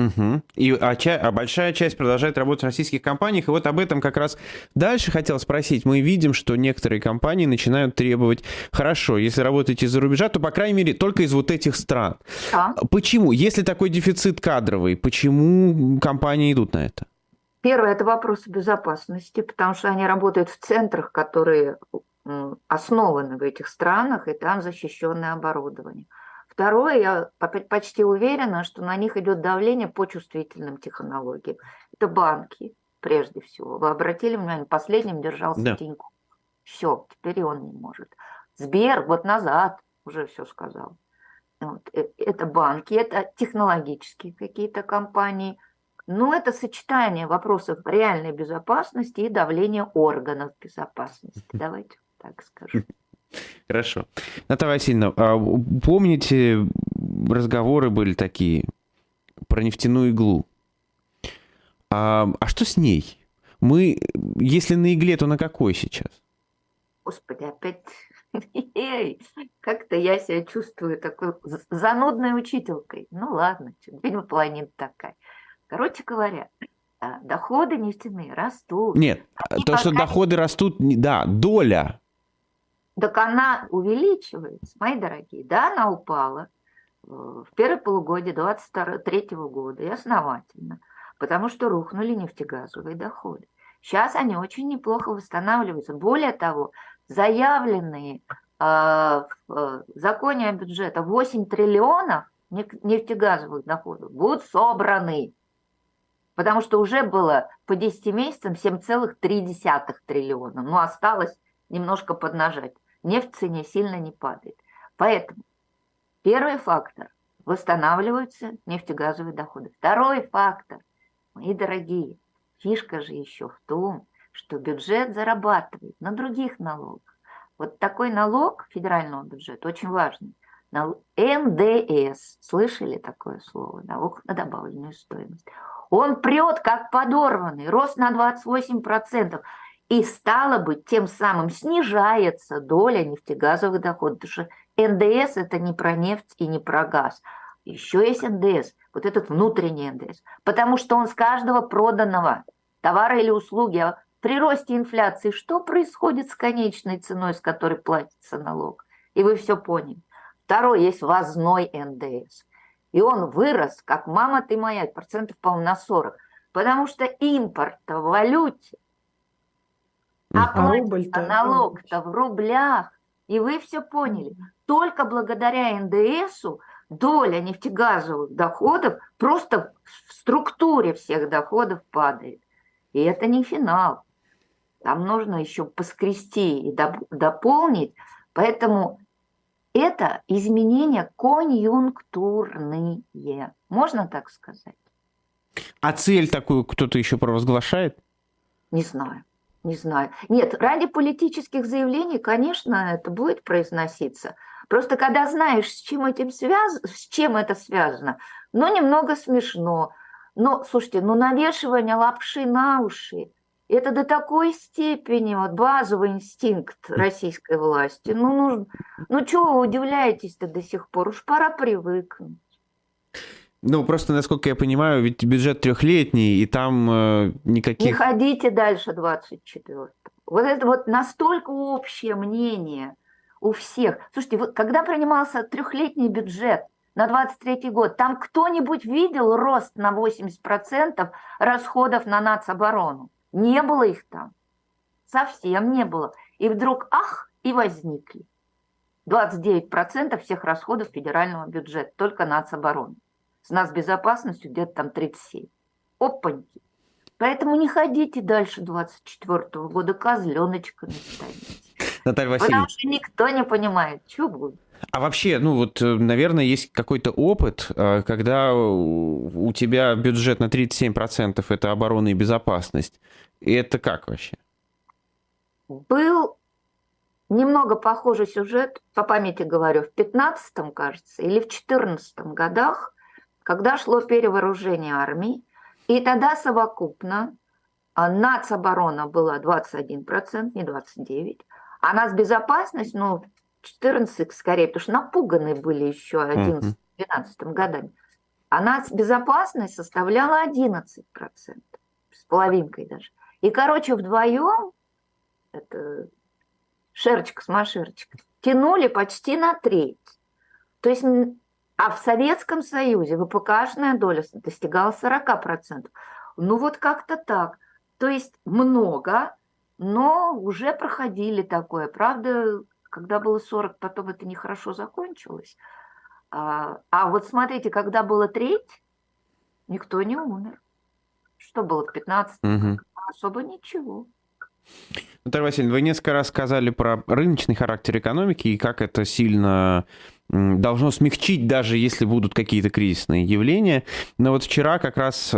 Speaker 3: А большая часть продолжает работать в российских компаниях. И вот об этом как раз дальше хотел спросить. Мы видим, что некоторые компании начинают требовать, хорошо, если работаете из-за рубежа, то, по крайней мере, только из вот этих стран.
Speaker 2: Да.
Speaker 3: Почему? Если такой дефицит кадровый, почему компании идут на это?
Speaker 2: Первое – это вопрос безопасности, потому что они работают в центрах, которые основаны в этих странах, и там защищенное оборудование. Второе, я почти уверена, что на них идет давление по чувствительным технологиям. Это банки, прежде всего. Вы обратили внимание, последним держался Тинькофф. Все, теперь и он не может. Сбер год назад уже все сказал. Это банки, это технологические какие-то компании. Но это сочетание вопросов реальной безопасности и давления органов безопасности. Давайте так скажу.
Speaker 3: Хорошо. Наталья Васильевна, помните, разговоры были такие про нефтяную иглу? А что с ней? Мы, если на игле, то на какой сейчас?
Speaker 2: Господи, опять как-то я себя чувствую такой занудной учителькой. Ну ладно, видимо, планета такая. Короче говоря, доходы нефтяные растут.
Speaker 3: Нет, что доходы растут, да, доля.
Speaker 2: Так она увеличивается, мои дорогие. Да, она упала в первое полугодие 2023 года и основательно, потому что рухнули нефтегазовые доходы. Сейчас они очень неплохо восстанавливаются. Более того, заявленные в законе о бюджете 8 триллионов нефтегазовых доходов будут собраны, потому что уже было по 10 месяцам 7,3 триллиона. Но осталось немножко поднажать. Нефть в цене сильно не падает. Поэтому первый фактор – восстанавливаются нефтегазовые доходы. Второй фактор, мои дорогие, фишка же еще в том, что бюджет зарабатывает на других налогах. Вот такой налог федерального бюджета очень важный. НДС. Слышали такое слово? Налог на добавленную стоимость. Он прет как подорванный, рост на 28%. И стало быть, тем самым снижается доля нефтегазовых доходов. Потому что НДС – это не про нефть и не про газ. Еще есть НДС, вот этот внутренний НДС. Потому что он с каждого проданного товара или услуги, При росте инфляции что происходит с конечной ценой, с которой платится налог? И вы все поняли. Второй есть ввозной НДС. И он вырос, как мама ты моя, процентов, по-моему, на 40. Потому что импорт-то в валюте, а платится налог-то в рублях. И вы все поняли. Только благодаря НДСу доля нефтегазовых доходов просто в структуре всех доходов падает. И это не финал. Там нужно еще поскрести и дополнить. Поэтому это изменения конъюнктурные. Можно так сказать?
Speaker 3: А цель такую кто-то еще провозглашает?
Speaker 2: Не знаю. Не знаю. Нет, ради политических заявлений, конечно, это будет произноситься. Просто когда знаешь, с чем это связано, немного смешно. Но, слушайте, навешивание лапши на уши, это до такой степени базовый инстинкт российской власти. Чего вы удивляетесь-то до сих пор? Уж пора привыкнуть.
Speaker 3: Просто, насколько я понимаю, ведь бюджет трехлетний, и там никаких...
Speaker 2: Не ходите дальше 24-го. Вот это настолько общее мнение у всех. Слушайте, когда принимался трехлетний бюджет на 23-й год, там кто-нибудь видел рост на 80% расходов на нацоборону? Не было их там. Совсем не было. И вдруг, и возникли. 29% всех расходов федерального бюджета, только нацобороны. С нацбезопасностью где-то там 37. Опаньки. Поэтому не ходите дальше 24-го года, козленочками станете.
Speaker 3: Наталья Васильевна.
Speaker 2: Потому что никто не понимает, что будет.
Speaker 3: А вообще, наверное, есть какой-то опыт, когда у тебя бюджет на 37% это оборона и безопасность. И это как вообще?
Speaker 2: Был немного похожий сюжет, по памяти говорю, в 15-м, кажется, или в 14-м годах, когда шло перевооружение армии, и тогда совокупно нацоборона была 21%, не 29%, а нацбезопасность, 14 скорее, потому что напуганы были еще 11-12 годами, а нацбезопасность составляла 11%, с половинкой даже. И, вдвоем, это шерчик с машерчиком, тянули почти на треть. То есть... А в Советском Союзе ВПКшная доля достигала 40%. Как-то так. То есть много, но уже проходили такое. Правда, когда было 40, потом это нехорошо закончилось. А смотрите, когда было треть, никто не умер. Что было в 15-м? Особо ничего.
Speaker 3: Наталья Васильевна, вы несколько раз сказали про рыночный характер экономики и как это сильно должно смягчить, даже если будут какие-то кризисные явления. Но вчера как раз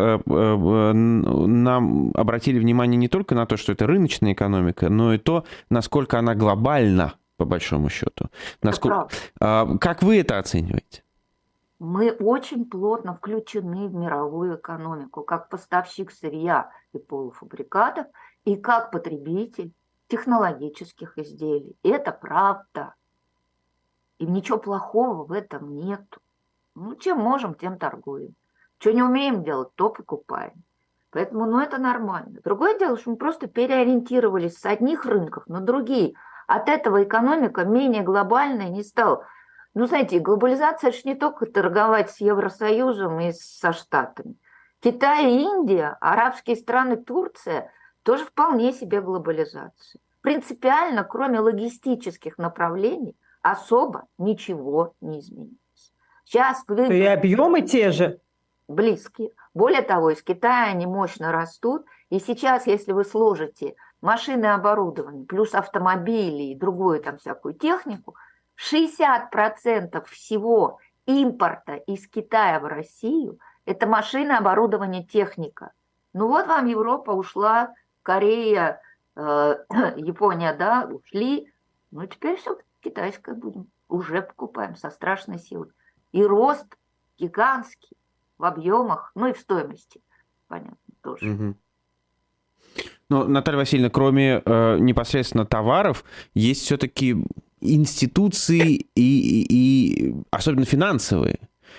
Speaker 3: нам обратили внимание не только на то, что это рыночная экономика, но и то, насколько она глобальна, по большому счету. Как вы это оцениваете?
Speaker 2: Мы очень плотно включены в мировую экономику, как поставщик сырья и полуфабрикатов, и как потребитель технологических изделий. Это правда. И ничего плохого в этом нету. Чем можем, тем торгуем. Что не умеем делать, то покупаем. Поэтому, это нормально. Другое дело, что мы просто переориентировались с одних рынков на другие. От этого экономика менее глобальная не стала. Знаете, глобализация – это же не только торговать с Евросоюзом и со Штатами. Китай и Индия, арабские страны, Турция – тоже вполне себе глобализация. Принципиально, кроме логистических направлений, особо ничего не изменилось. Сейчас
Speaker 1: и объемы те же.
Speaker 2: Близкие. Более того, из Китая они мощно растут. И сейчас, если вы сложите машины и оборудование, плюс автомобили и другую всякую технику, 60% всего импорта из Китая в Россию – это машины, оборудование, техника. Вам Европа ушла, Корея, Япония, ушли. Теперь все китайское будем. Уже покупаем со страшной силой. И рост гигантский в объемах, и в стоимости. Понятно, тоже.
Speaker 3: Наталья Васильевна, кроме непосредственно товаров, есть все-таки институции и особенно финансовые.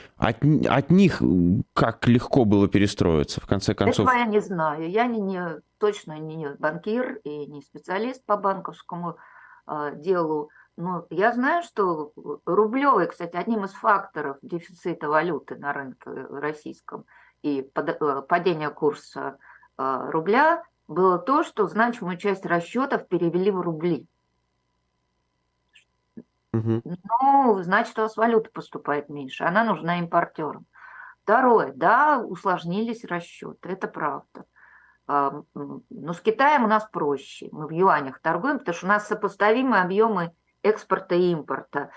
Speaker 3: От них как легко было перестроиться, в конце концов?
Speaker 2: Этого я не знаю. Я не точно не банкир и не специалист по банковскому делу. Но я знаю, что рублевый, кстати, одним из факторов дефицита валюты на рынке российском и падения курса рубля было то, что значимую часть расчетов перевели в рубли.
Speaker 3: Угу.
Speaker 2: Ну, значит, у вас валюта поступает меньше, она нужна импортерам. Второе, да, усложнились расчеты, это правда. Но с Китаем у нас проще. Мы в юанях торгуем, потому что у нас сопоставимые объемы экспорта и импорта.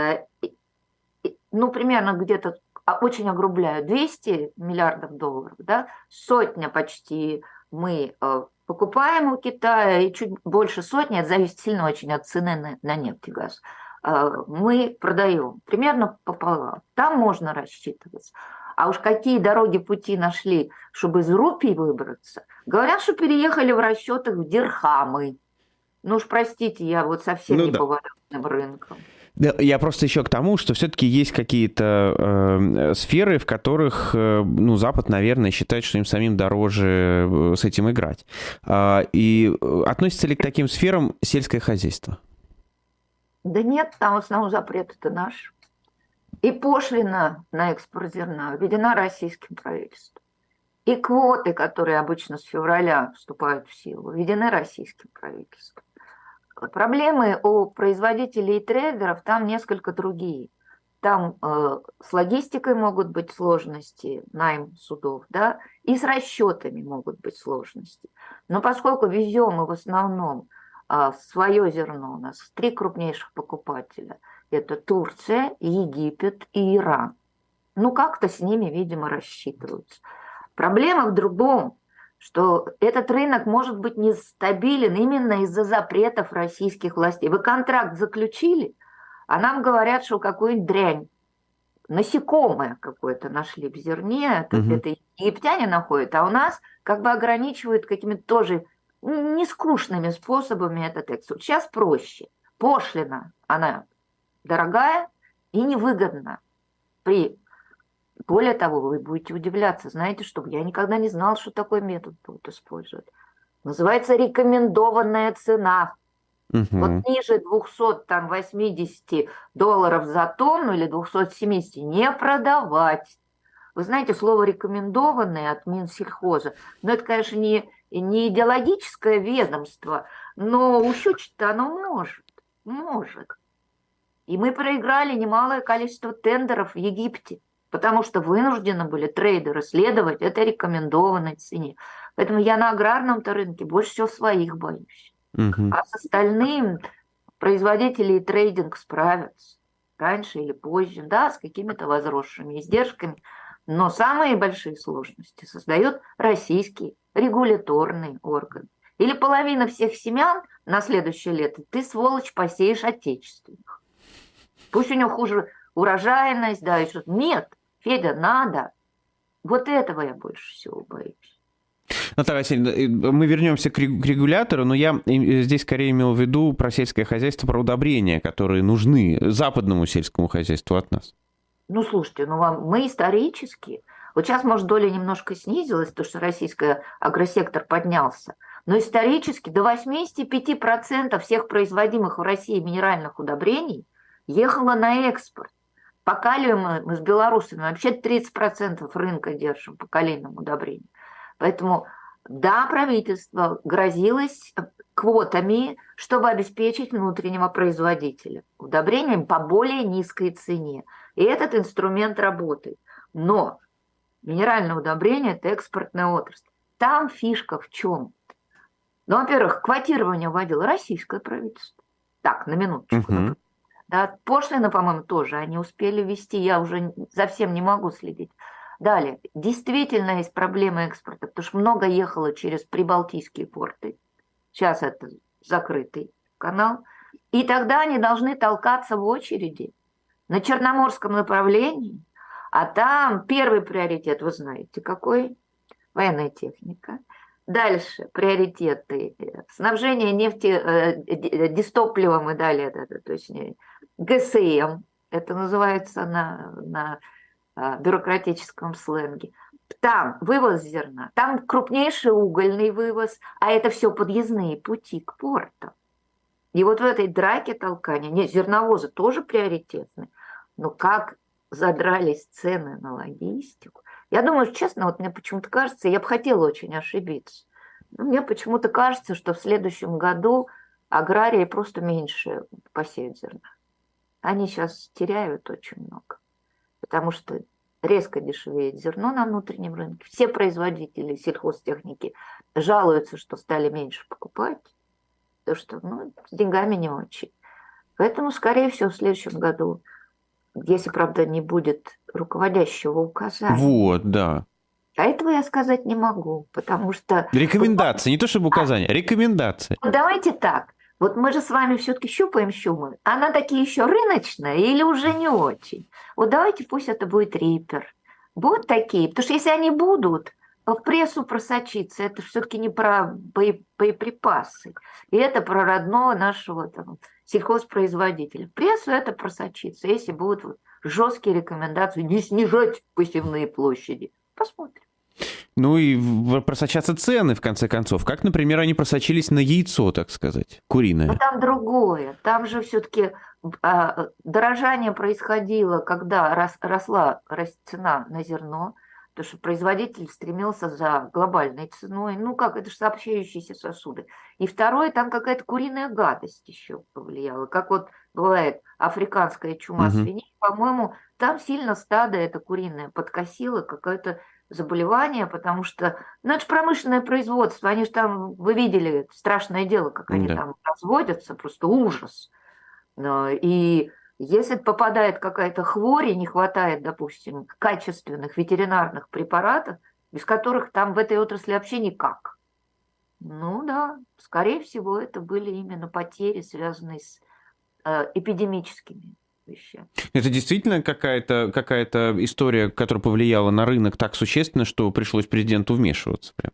Speaker 2: Ну, примерно где-то, очень огрубляю, 200 миллиардов долларов, да, сотня почти мы покупаем у Китая, и чуть больше сотни, это зависит сильно очень от цены на нефть и газ, мы продаем примерно пополам. Там можно рассчитываться. А уж какие дороги пути нашли, чтобы из рупий выбраться. Говорят, что переехали в расчетах в дирхамы. Ну уж простите, я вот совсем не по валютным рынкам.
Speaker 3: Да, я просто еще к тому, что все-таки есть какие-то сферы, в которых Запад, наверное, считает, что им самим дороже с этим играть. И относится ли к таким сферам сельское хозяйство?
Speaker 2: Да нет, там в основном запрет это наш. И пошлина на экспорт зерна введена российским правительством. И квоты, которые обычно с февраля вступают в силу, введены российским правительством. Проблемы у производителей и трейдеров там несколько другие. Там с логистикой могут быть сложности, найм судов, да, и с расчетами могут быть сложности. Но поскольку везем мы в основном свое зерно, у нас 3 крупнейших покупателя – это Турция, Египет и Иран. Ну, как-то с ними, видимо, рассчитываются. Проблема в другом, что этот рынок может быть нестабилен именно из-за запретов российских властей. Вы контракт заключили, а нам говорят, что какую-нибудь дрянь, насекомое какое-то нашли в зерне, это египтяне находят, а у нас как бы ограничивают какими-то тоже нескучными способами этот экспорт. Сейчас проще. Пошлина, она дорогая и невыгодна. Более того, вы будете удивляться, знаете, что я никогда не знал, что такой метод будут использовать. Называется рекомендованная цена. Вот ниже 280 долларов за тонну или 270 не продавать. Вы знаете, слово «рекомендованное» от Минсельхоза, но это, конечно, не идеологическое ведомство, но ущучить-то оно может. И мы проиграли немалое количество тендеров в Египте, потому что вынуждены были трейдеры следовать этой рекомендованной цене. Поэтому я на аграрном-то рынке больше всего своих боюсь. А с остальным производители и трейдинг справятся раньше или позже, да, с какими-то возросшими издержками. Но самые большие сложности создает российский регуляторный орган. Или половина всех семян на следующее лето ты, сволочь, посеешь отечественных. Пусть у него хуже урожайность, да, и что-то. Нет, Федя, надо. Вот этого я больше всего боюсь.
Speaker 3: Наталья Васильевна, мы вернемся к регулятору, но я здесь скорее имел в виду про сельское хозяйство, про удобрения, которые нужны западному сельскому хозяйству от нас.
Speaker 2: Ну, слушайте, мы исторически... Вот сейчас, может, доля немножко снизилась, потому что российский агросектор поднялся, но исторически до 85% всех производимых в России минеральных удобрений ехало на экспорт. По калию мы с белорусами вообще 30% рынка держим по калийным удобрениям. Поэтому, да, правительство грозилось квотами, чтобы обеспечить внутреннего производителя удобрениями по более низкой цене. И этот инструмент работает. Но минеральное удобрение – это экспортная отрасль. Там фишка в чем? Ну, во-первых, квотирование вводило российское правительство. Так, на минуточку. Да, пошлины, по-моему, тоже они успели ввести, я уже совсем не могу следить. Далее, действительно есть проблема экспорта, потому что много ехало через прибалтийские порты. Сейчас это закрытый канал. И тогда они должны толкаться в очереди на Черноморском направлении. А там первый приоритет, вы знаете, какой? Военная техника. Дальше приоритеты. Снабжение дистопливом и далее. То есть ГСМ, это называется на бюрократическом сленге. Там вывоз зерна, там крупнейший угольный вывоз, а это все подъездные пути к порту. И вот в этой драке толкания, нет, зерновозы тоже приоритетны, но как задрались цены на логистику. Я думаю, честно, вот мне почему-то кажется, я бы хотела очень ошибиться, но мне почему-то кажется, что в следующем году аграрии просто меньше посеют зерна. Они сейчас теряют очень много, потому что резко дешевеет зерно на внутреннем рынке. Все производители сельхозтехники жалуются, что стали меньше покупать, потому что с деньгами не очень. Поэтому, скорее всего, в следующем году, если, правда, не будет руководящего указания.
Speaker 3: Вот, да.
Speaker 2: А этого я сказать не могу, потому что...
Speaker 3: Рекомендации, не то чтобы указания, рекомендации.
Speaker 2: Давайте так. Вот мы же с вами все-таки щупаем. Она такие еще рыночная или уже не очень? Вот давайте пусть это будет рипер. Будут такие, потому что если они будут, в прессу просочиться, это все-таки не про боеприпасы. И это про родного нашего сельхозпроизводителя. В прессу это просочится, если будут жесткие рекомендации не снижать посевные площади. Посмотрим.
Speaker 3: Ну и просочатся цены, в конце концов. Как, например, они просочились на яйцо, так сказать, куриное.
Speaker 2: Но там другое. Там же все-таки дорожание происходило, когда росла цена на зерно, потому что производитель стремился за глобальной ценой. Это же сообщающиеся сосуды. И второе, там какая-то куриная гадость еще повлияла. Как вот бывает африканская чума свиней, по-моему, там сильно стадо это куриное подкосило какое-то заболевание, потому что, это же промышленное производство, они же там, вы видели, страшное дело, как они там разводятся, просто ужас. И если попадает какая-то хворь и не хватает, допустим, качественных ветеринарных препаратов, без которых там в этой отрасли вообще никак. Скорее всего, это были именно потери, связанные с эпидемическими вещами. Это
Speaker 3: действительно какая-то история, которая повлияла на рынок так существенно, что пришлось президенту вмешиваться прям?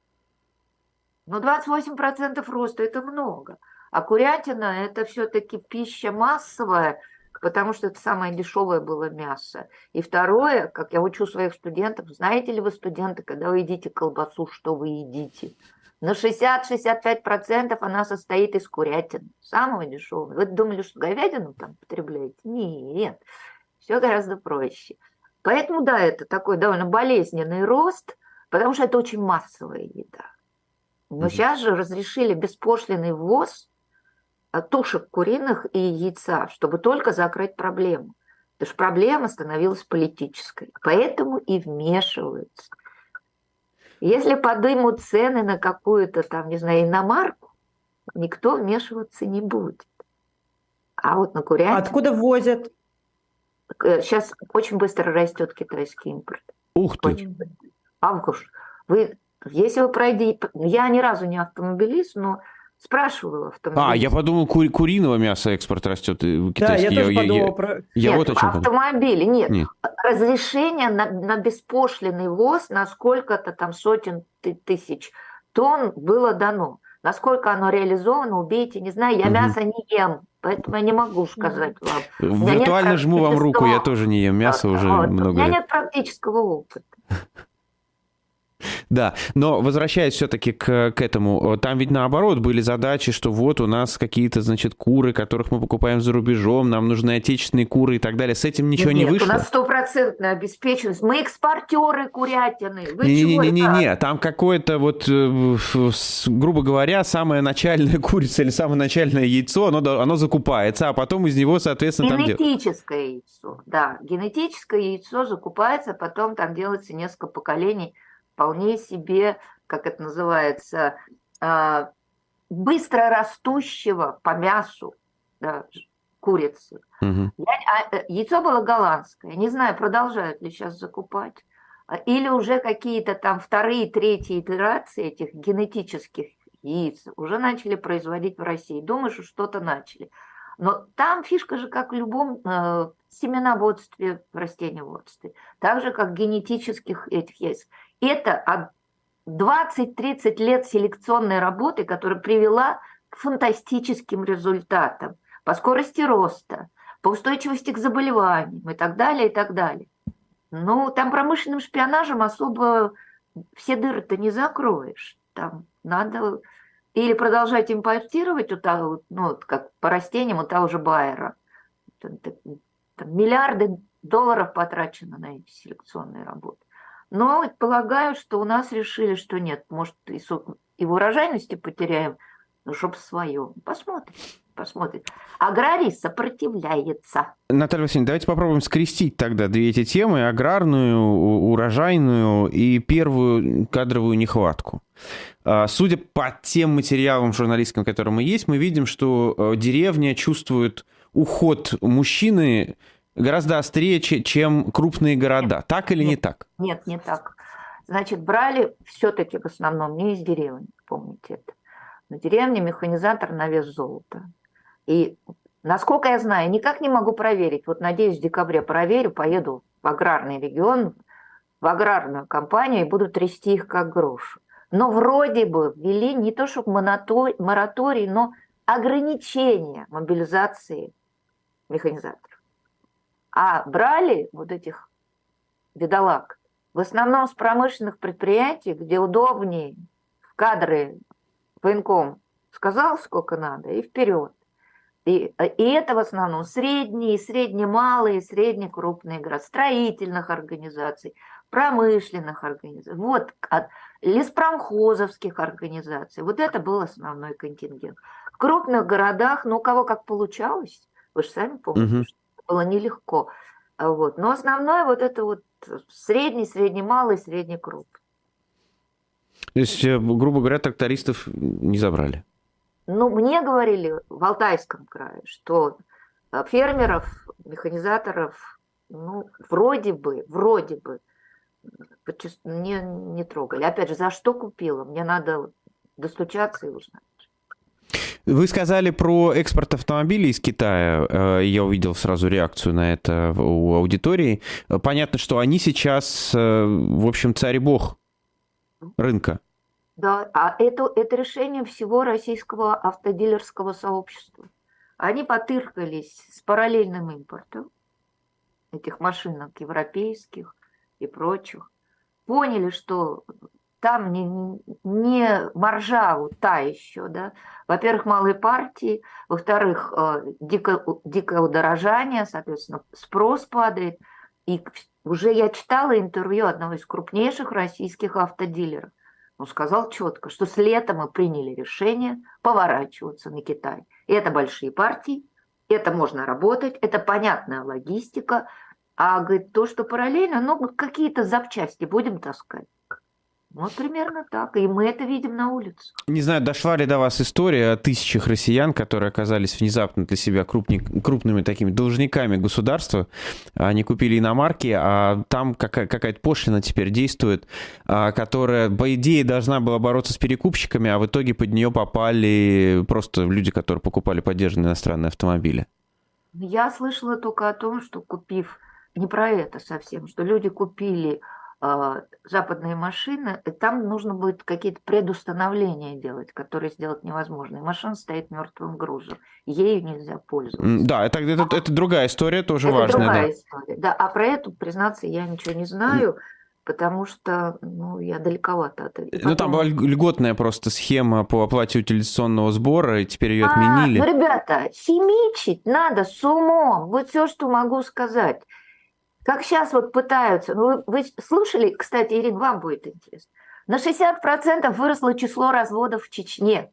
Speaker 2: 28% роста – это много. А курятина – это все-таки пища массовая, потому что это самое дешевое было мясо. И второе, как я учу своих студентов, знаете ли вы, студенты, когда вы едите колбасу, что вы едите? На 60-65% она состоит из курятины, самого дешевого. Вы думали, что говядину там потребляете? Нет, все гораздо проще. Поэтому, это такой довольно болезненный рост, потому что это очень массовая еда. Но сейчас же разрешили беспошлинный ввоз тушек куриных и яйца, чтобы только закрыть проблему. Потому что проблема становилась политической. Поэтому и вмешиваются. Если подымут цены на какую-то иномарку, никто вмешиваться не будет. А вот на курятину...
Speaker 1: Откуда возят?
Speaker 2: Сейчас очень быстро растет китайский импорт.
Speaker 3: Ух ты!
Speaker 2: Август, если вы пройдете... Я ни разу не автомобилист, но спрашивала автомобилист.
Speaker 3: Я подумал, куриного мяса экспорт растет китайский. Да, я
Speaker 1: тоже подумала про...
Speaker 2: Нет, вот о чем автомобили, нет. Разрешение на беспошлинный ввоз на сколько-то там сотен тысяч тонн было дано. Насколько оно реализовано, убейте, не знаю, я мясо не ем, поэтому я не могу сказать вам.
Speaker 3: Виртуально жму вам руку, я тоже не ем мясо уже много лет.
Speaker 2: У меня нет практического опыта.
Speaker 3: Да, но возвращаясь все-таки к этому, там ведь наоборот были задачи, что вот у нас какие-то, куры, которых мы покупаем за рубежом, нам нужны отечественные куры и так далее. С этим ничего не вышло?
Speaker 2: Нет, у нас стопроцентная обеспеченность. Мы экспортеры курятины.
Speaker 3: Не-не-не, там какое-то грубо говоря, самая начальная курица или самое начальное яйцо, оно закупается, а потом из него, соответственно,
Speaker 2: генетическое яйцо, да. Генетическое яйцо закупается, потом там делается несколько поколений вполне себе, как это называется, быстро растущего по мясу курицы. Яйцо было голландское. Не знаю, продолжают ли сейчас закупать. Или уже какие-то там вторые, третьи итерации этих генетических яиц уже начали производить в России. Думаю, что что-то начали. Но там фишка же, как в любом семеноводстве, растениеводстве. Так же, как генетических этих яиц. Это 20-30 лет селекционной работы, которая привела к фантастическим результатам по скорости роста, по устойчивости к заболеваниям и так далее, и так далее. Ну, там промышленным шпионажем особо все дыры-то не закроешь. Там надо или продолжать импортировать, ну, вот как по растениям у того же Байера. Там миллиарды долларов потрачено на эти селекционные работы. Но полагаю, что у нас решили, что нет, может, и в урожайности потеряем, ну, чтоб свое. Посмотрим, посмотрим. Аграрий сопротивляется.
Speaker 3: Наталья Васильевна, давайте попробуем скрестить тогда две эти темы: аграрную, урожайную и первую кадровую нехватку. Судя по тем материалам журналистским, которые мы есть, мы видим, что деревня чувствует уход мужчины гораздо острее, чем крупные города.
Speaker 2: Нет,
Speaker 3: Так или
Speaker 2: нет,
Speaker 3: не так?
Speaker 2: Нет, не так. Значит, брали все-таки в основном не из деревни, помните это. На деревне механизатор на вес золота. И, насколько я знаю, никак не могу проверить. Вот, надеюсь, в декабре проверю, поеду в аграрный регион, в аграрную компанию и буду трясти их как грушу. Но вроде бы ввели не то чтобы мораторий, но ограничение мобилизации механизаторов. А брали вот этих бедолаг в основном с промышленных предприятий, где удобнее в кадры военком сказал, сколько надо, и вперед. И это в основном средние, средне-малые, средне-крупные градостроительных организаций, промышленных организаций, вот, от леспромхозовских организаций. Вот это был основной контингент. В крупных городах, ну, у кого как получалось, вы же сами помните, что было нелегко. Вот. Но основное вот это вот средний, средне-малый, средне-крупный.
Speaker 3: То есть, грубо говоря, трактористов не забрали?
Speaker 2: Ну, мне говорили в Алтайском крае, что фермеров, механизаторов, ну, вроде бы не трогали. Опять же, за что купила? Мне надо достучаться и узнать.
Speaker 3: Вы сказали про экспорт автомобилей из Китая. Я увидел сразу реакцию на это у аудитории. Понятно, что они сейчас, в общем, царь и бог рынка.
Speaker 2: Да, а это решение всего российского автодилерского сообщества. Они потыркались с параллельным импортом этих машинок европейских и прочих. Поняли, что там не маржа вот та еще, да. Во-первых, малые партии, во-вторых, дикое удорожание, соответственно, спрос падает. И уже я читала интервью одного из крупнейших российских автодилеров. Он сказал четко, что с лета мы приняли решение поворачиваться на Китай. Это большие партии, это можно работать, это понятная логистика. А, говорит, то, что параллельно, ну, какие-то запчасти будем таскать. Вот примерно так. И мы это видим на улице.
Speaker 3: Не знаю, дошла ли до вас история о тысячах россиян, которые оказались внезапно для себя крупными такими должниками государства. Они купили иномарки, а там какая-то пошлина теперь действует, которая, по идее, должна была бороться с перекупщиками, а в итоге под нее попали просто люди, которые покупали подержанные иностранные автомобили. Я
Speaker 2: слышала только о том, что купив, не про это совсем, что люди купили западные машины, и там нужно будет какие-то предустановления делать, которые сделать невозможно. И машина стоит мертвым грузом. Ею нельзя пользоваться.
Speaker 3: Да, это другая история, тоже
Speaker 2: это
Speaker 3: важная.
Speaker 2: Другая история. Да, а про эту, признаться, я ничего не знаю, потому что я далековато от этого.
Speaker 3: Ну, там была льготная просто схема по оплате утилизационного сбора, и теперь ее отменили.
Speaker 2: Ну, ребята, химичить надо с умом. Вот все, что могу сказать. Как сейчас вот пытаются, ну вы слушали, кстати, Ирина, вам будет интересно, на 60% выросло число разводов в Чечне,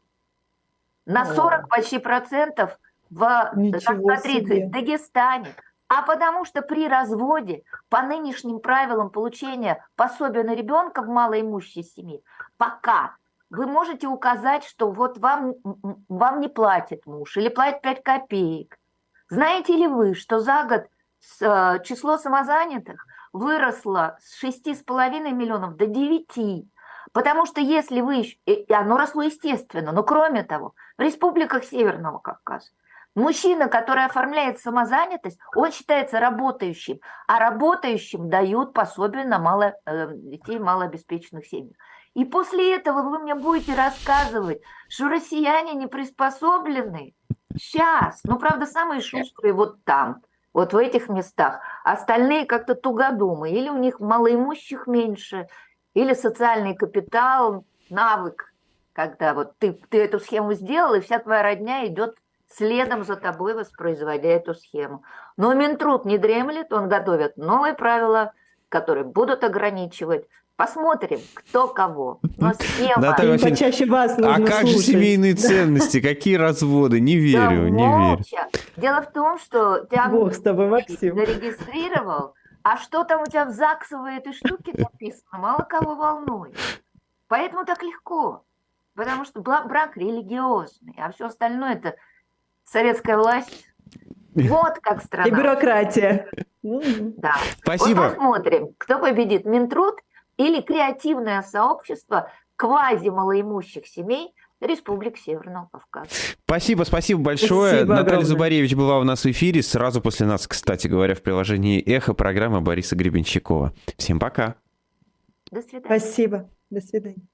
Speaker 2: на 40 почти процентов на 130 в Дагестане. А потому что при разводе по нынешним правилам получения пособия на ребенка в малоимущей семье, пока вы можете указать, что вот вам не платит муж или платит 5 копеек. Знаете ли вы, что за год число самозанятых выросло с 6,5 миллионов до 9. Потому что если вы... И оно росло естественно, но кроме того, в республиках Северного Кавказа мужчина, который оформляет самозанятость, он считается работающим, а работающим дают пособие на детей малообеспеченных семей. И после этого вы мне будете рассказывать, что россияне не приспособлены. Сейчас, правда, самые шустрые вот там. вот в этих местах. Остальные как-то тугодумы. Или у них малоимущих меньше, или социальный капитал, навык, когда вот ты эту схему сделал, и вся твоя родня идет следом за тобой, воспроизводя эту схему. Но Минтруд не дремлет, он готовит новые правила, которые будут ограничивать. Посмотрим, кто кого. Но схема...
Speaker 3: Наталья Васильевна,
Speaker 1: почаще вас нужно
Speaker 3: а как же
Speaker 1: слушать.
Speaker 3: семейные ценности? Какие разводы? Не верю, не верю.
Speaker 2: молча. Дело в том, что тебя
Speaker 1: Бог с тобой, Максим.
Speaker 2: зарегистрировал, а что там у тебя в ЗАГСовой этой штуке написано, мало кого волнует. Поэтому так легко. Потому что брак религиозный, а все остальное это советская власть. Вот как страна.
Speaker 1: И бюрократия.
Speaker 2: Да.
Speaker 3: Спасибо.
Speaker 2: Вот посмотрим, кто победит, Минтруд или креативное сообщество квази-малоимущих семей Республик Северного Кавказа.
Speaker 3: Спасибо большое.
Speaker 1: Спасибо
Speaker 3: Наталья
Speaker 1: огромное.
Speaker 3: Зубаревич была у нас в эфире. Сразу после нас, кстати говоря, в приложении «Эхо» программа Бориса Гребенщикова. Всем пока.
Speaker 2: До свидания.
Speaker 1: Спасибо. До свидания.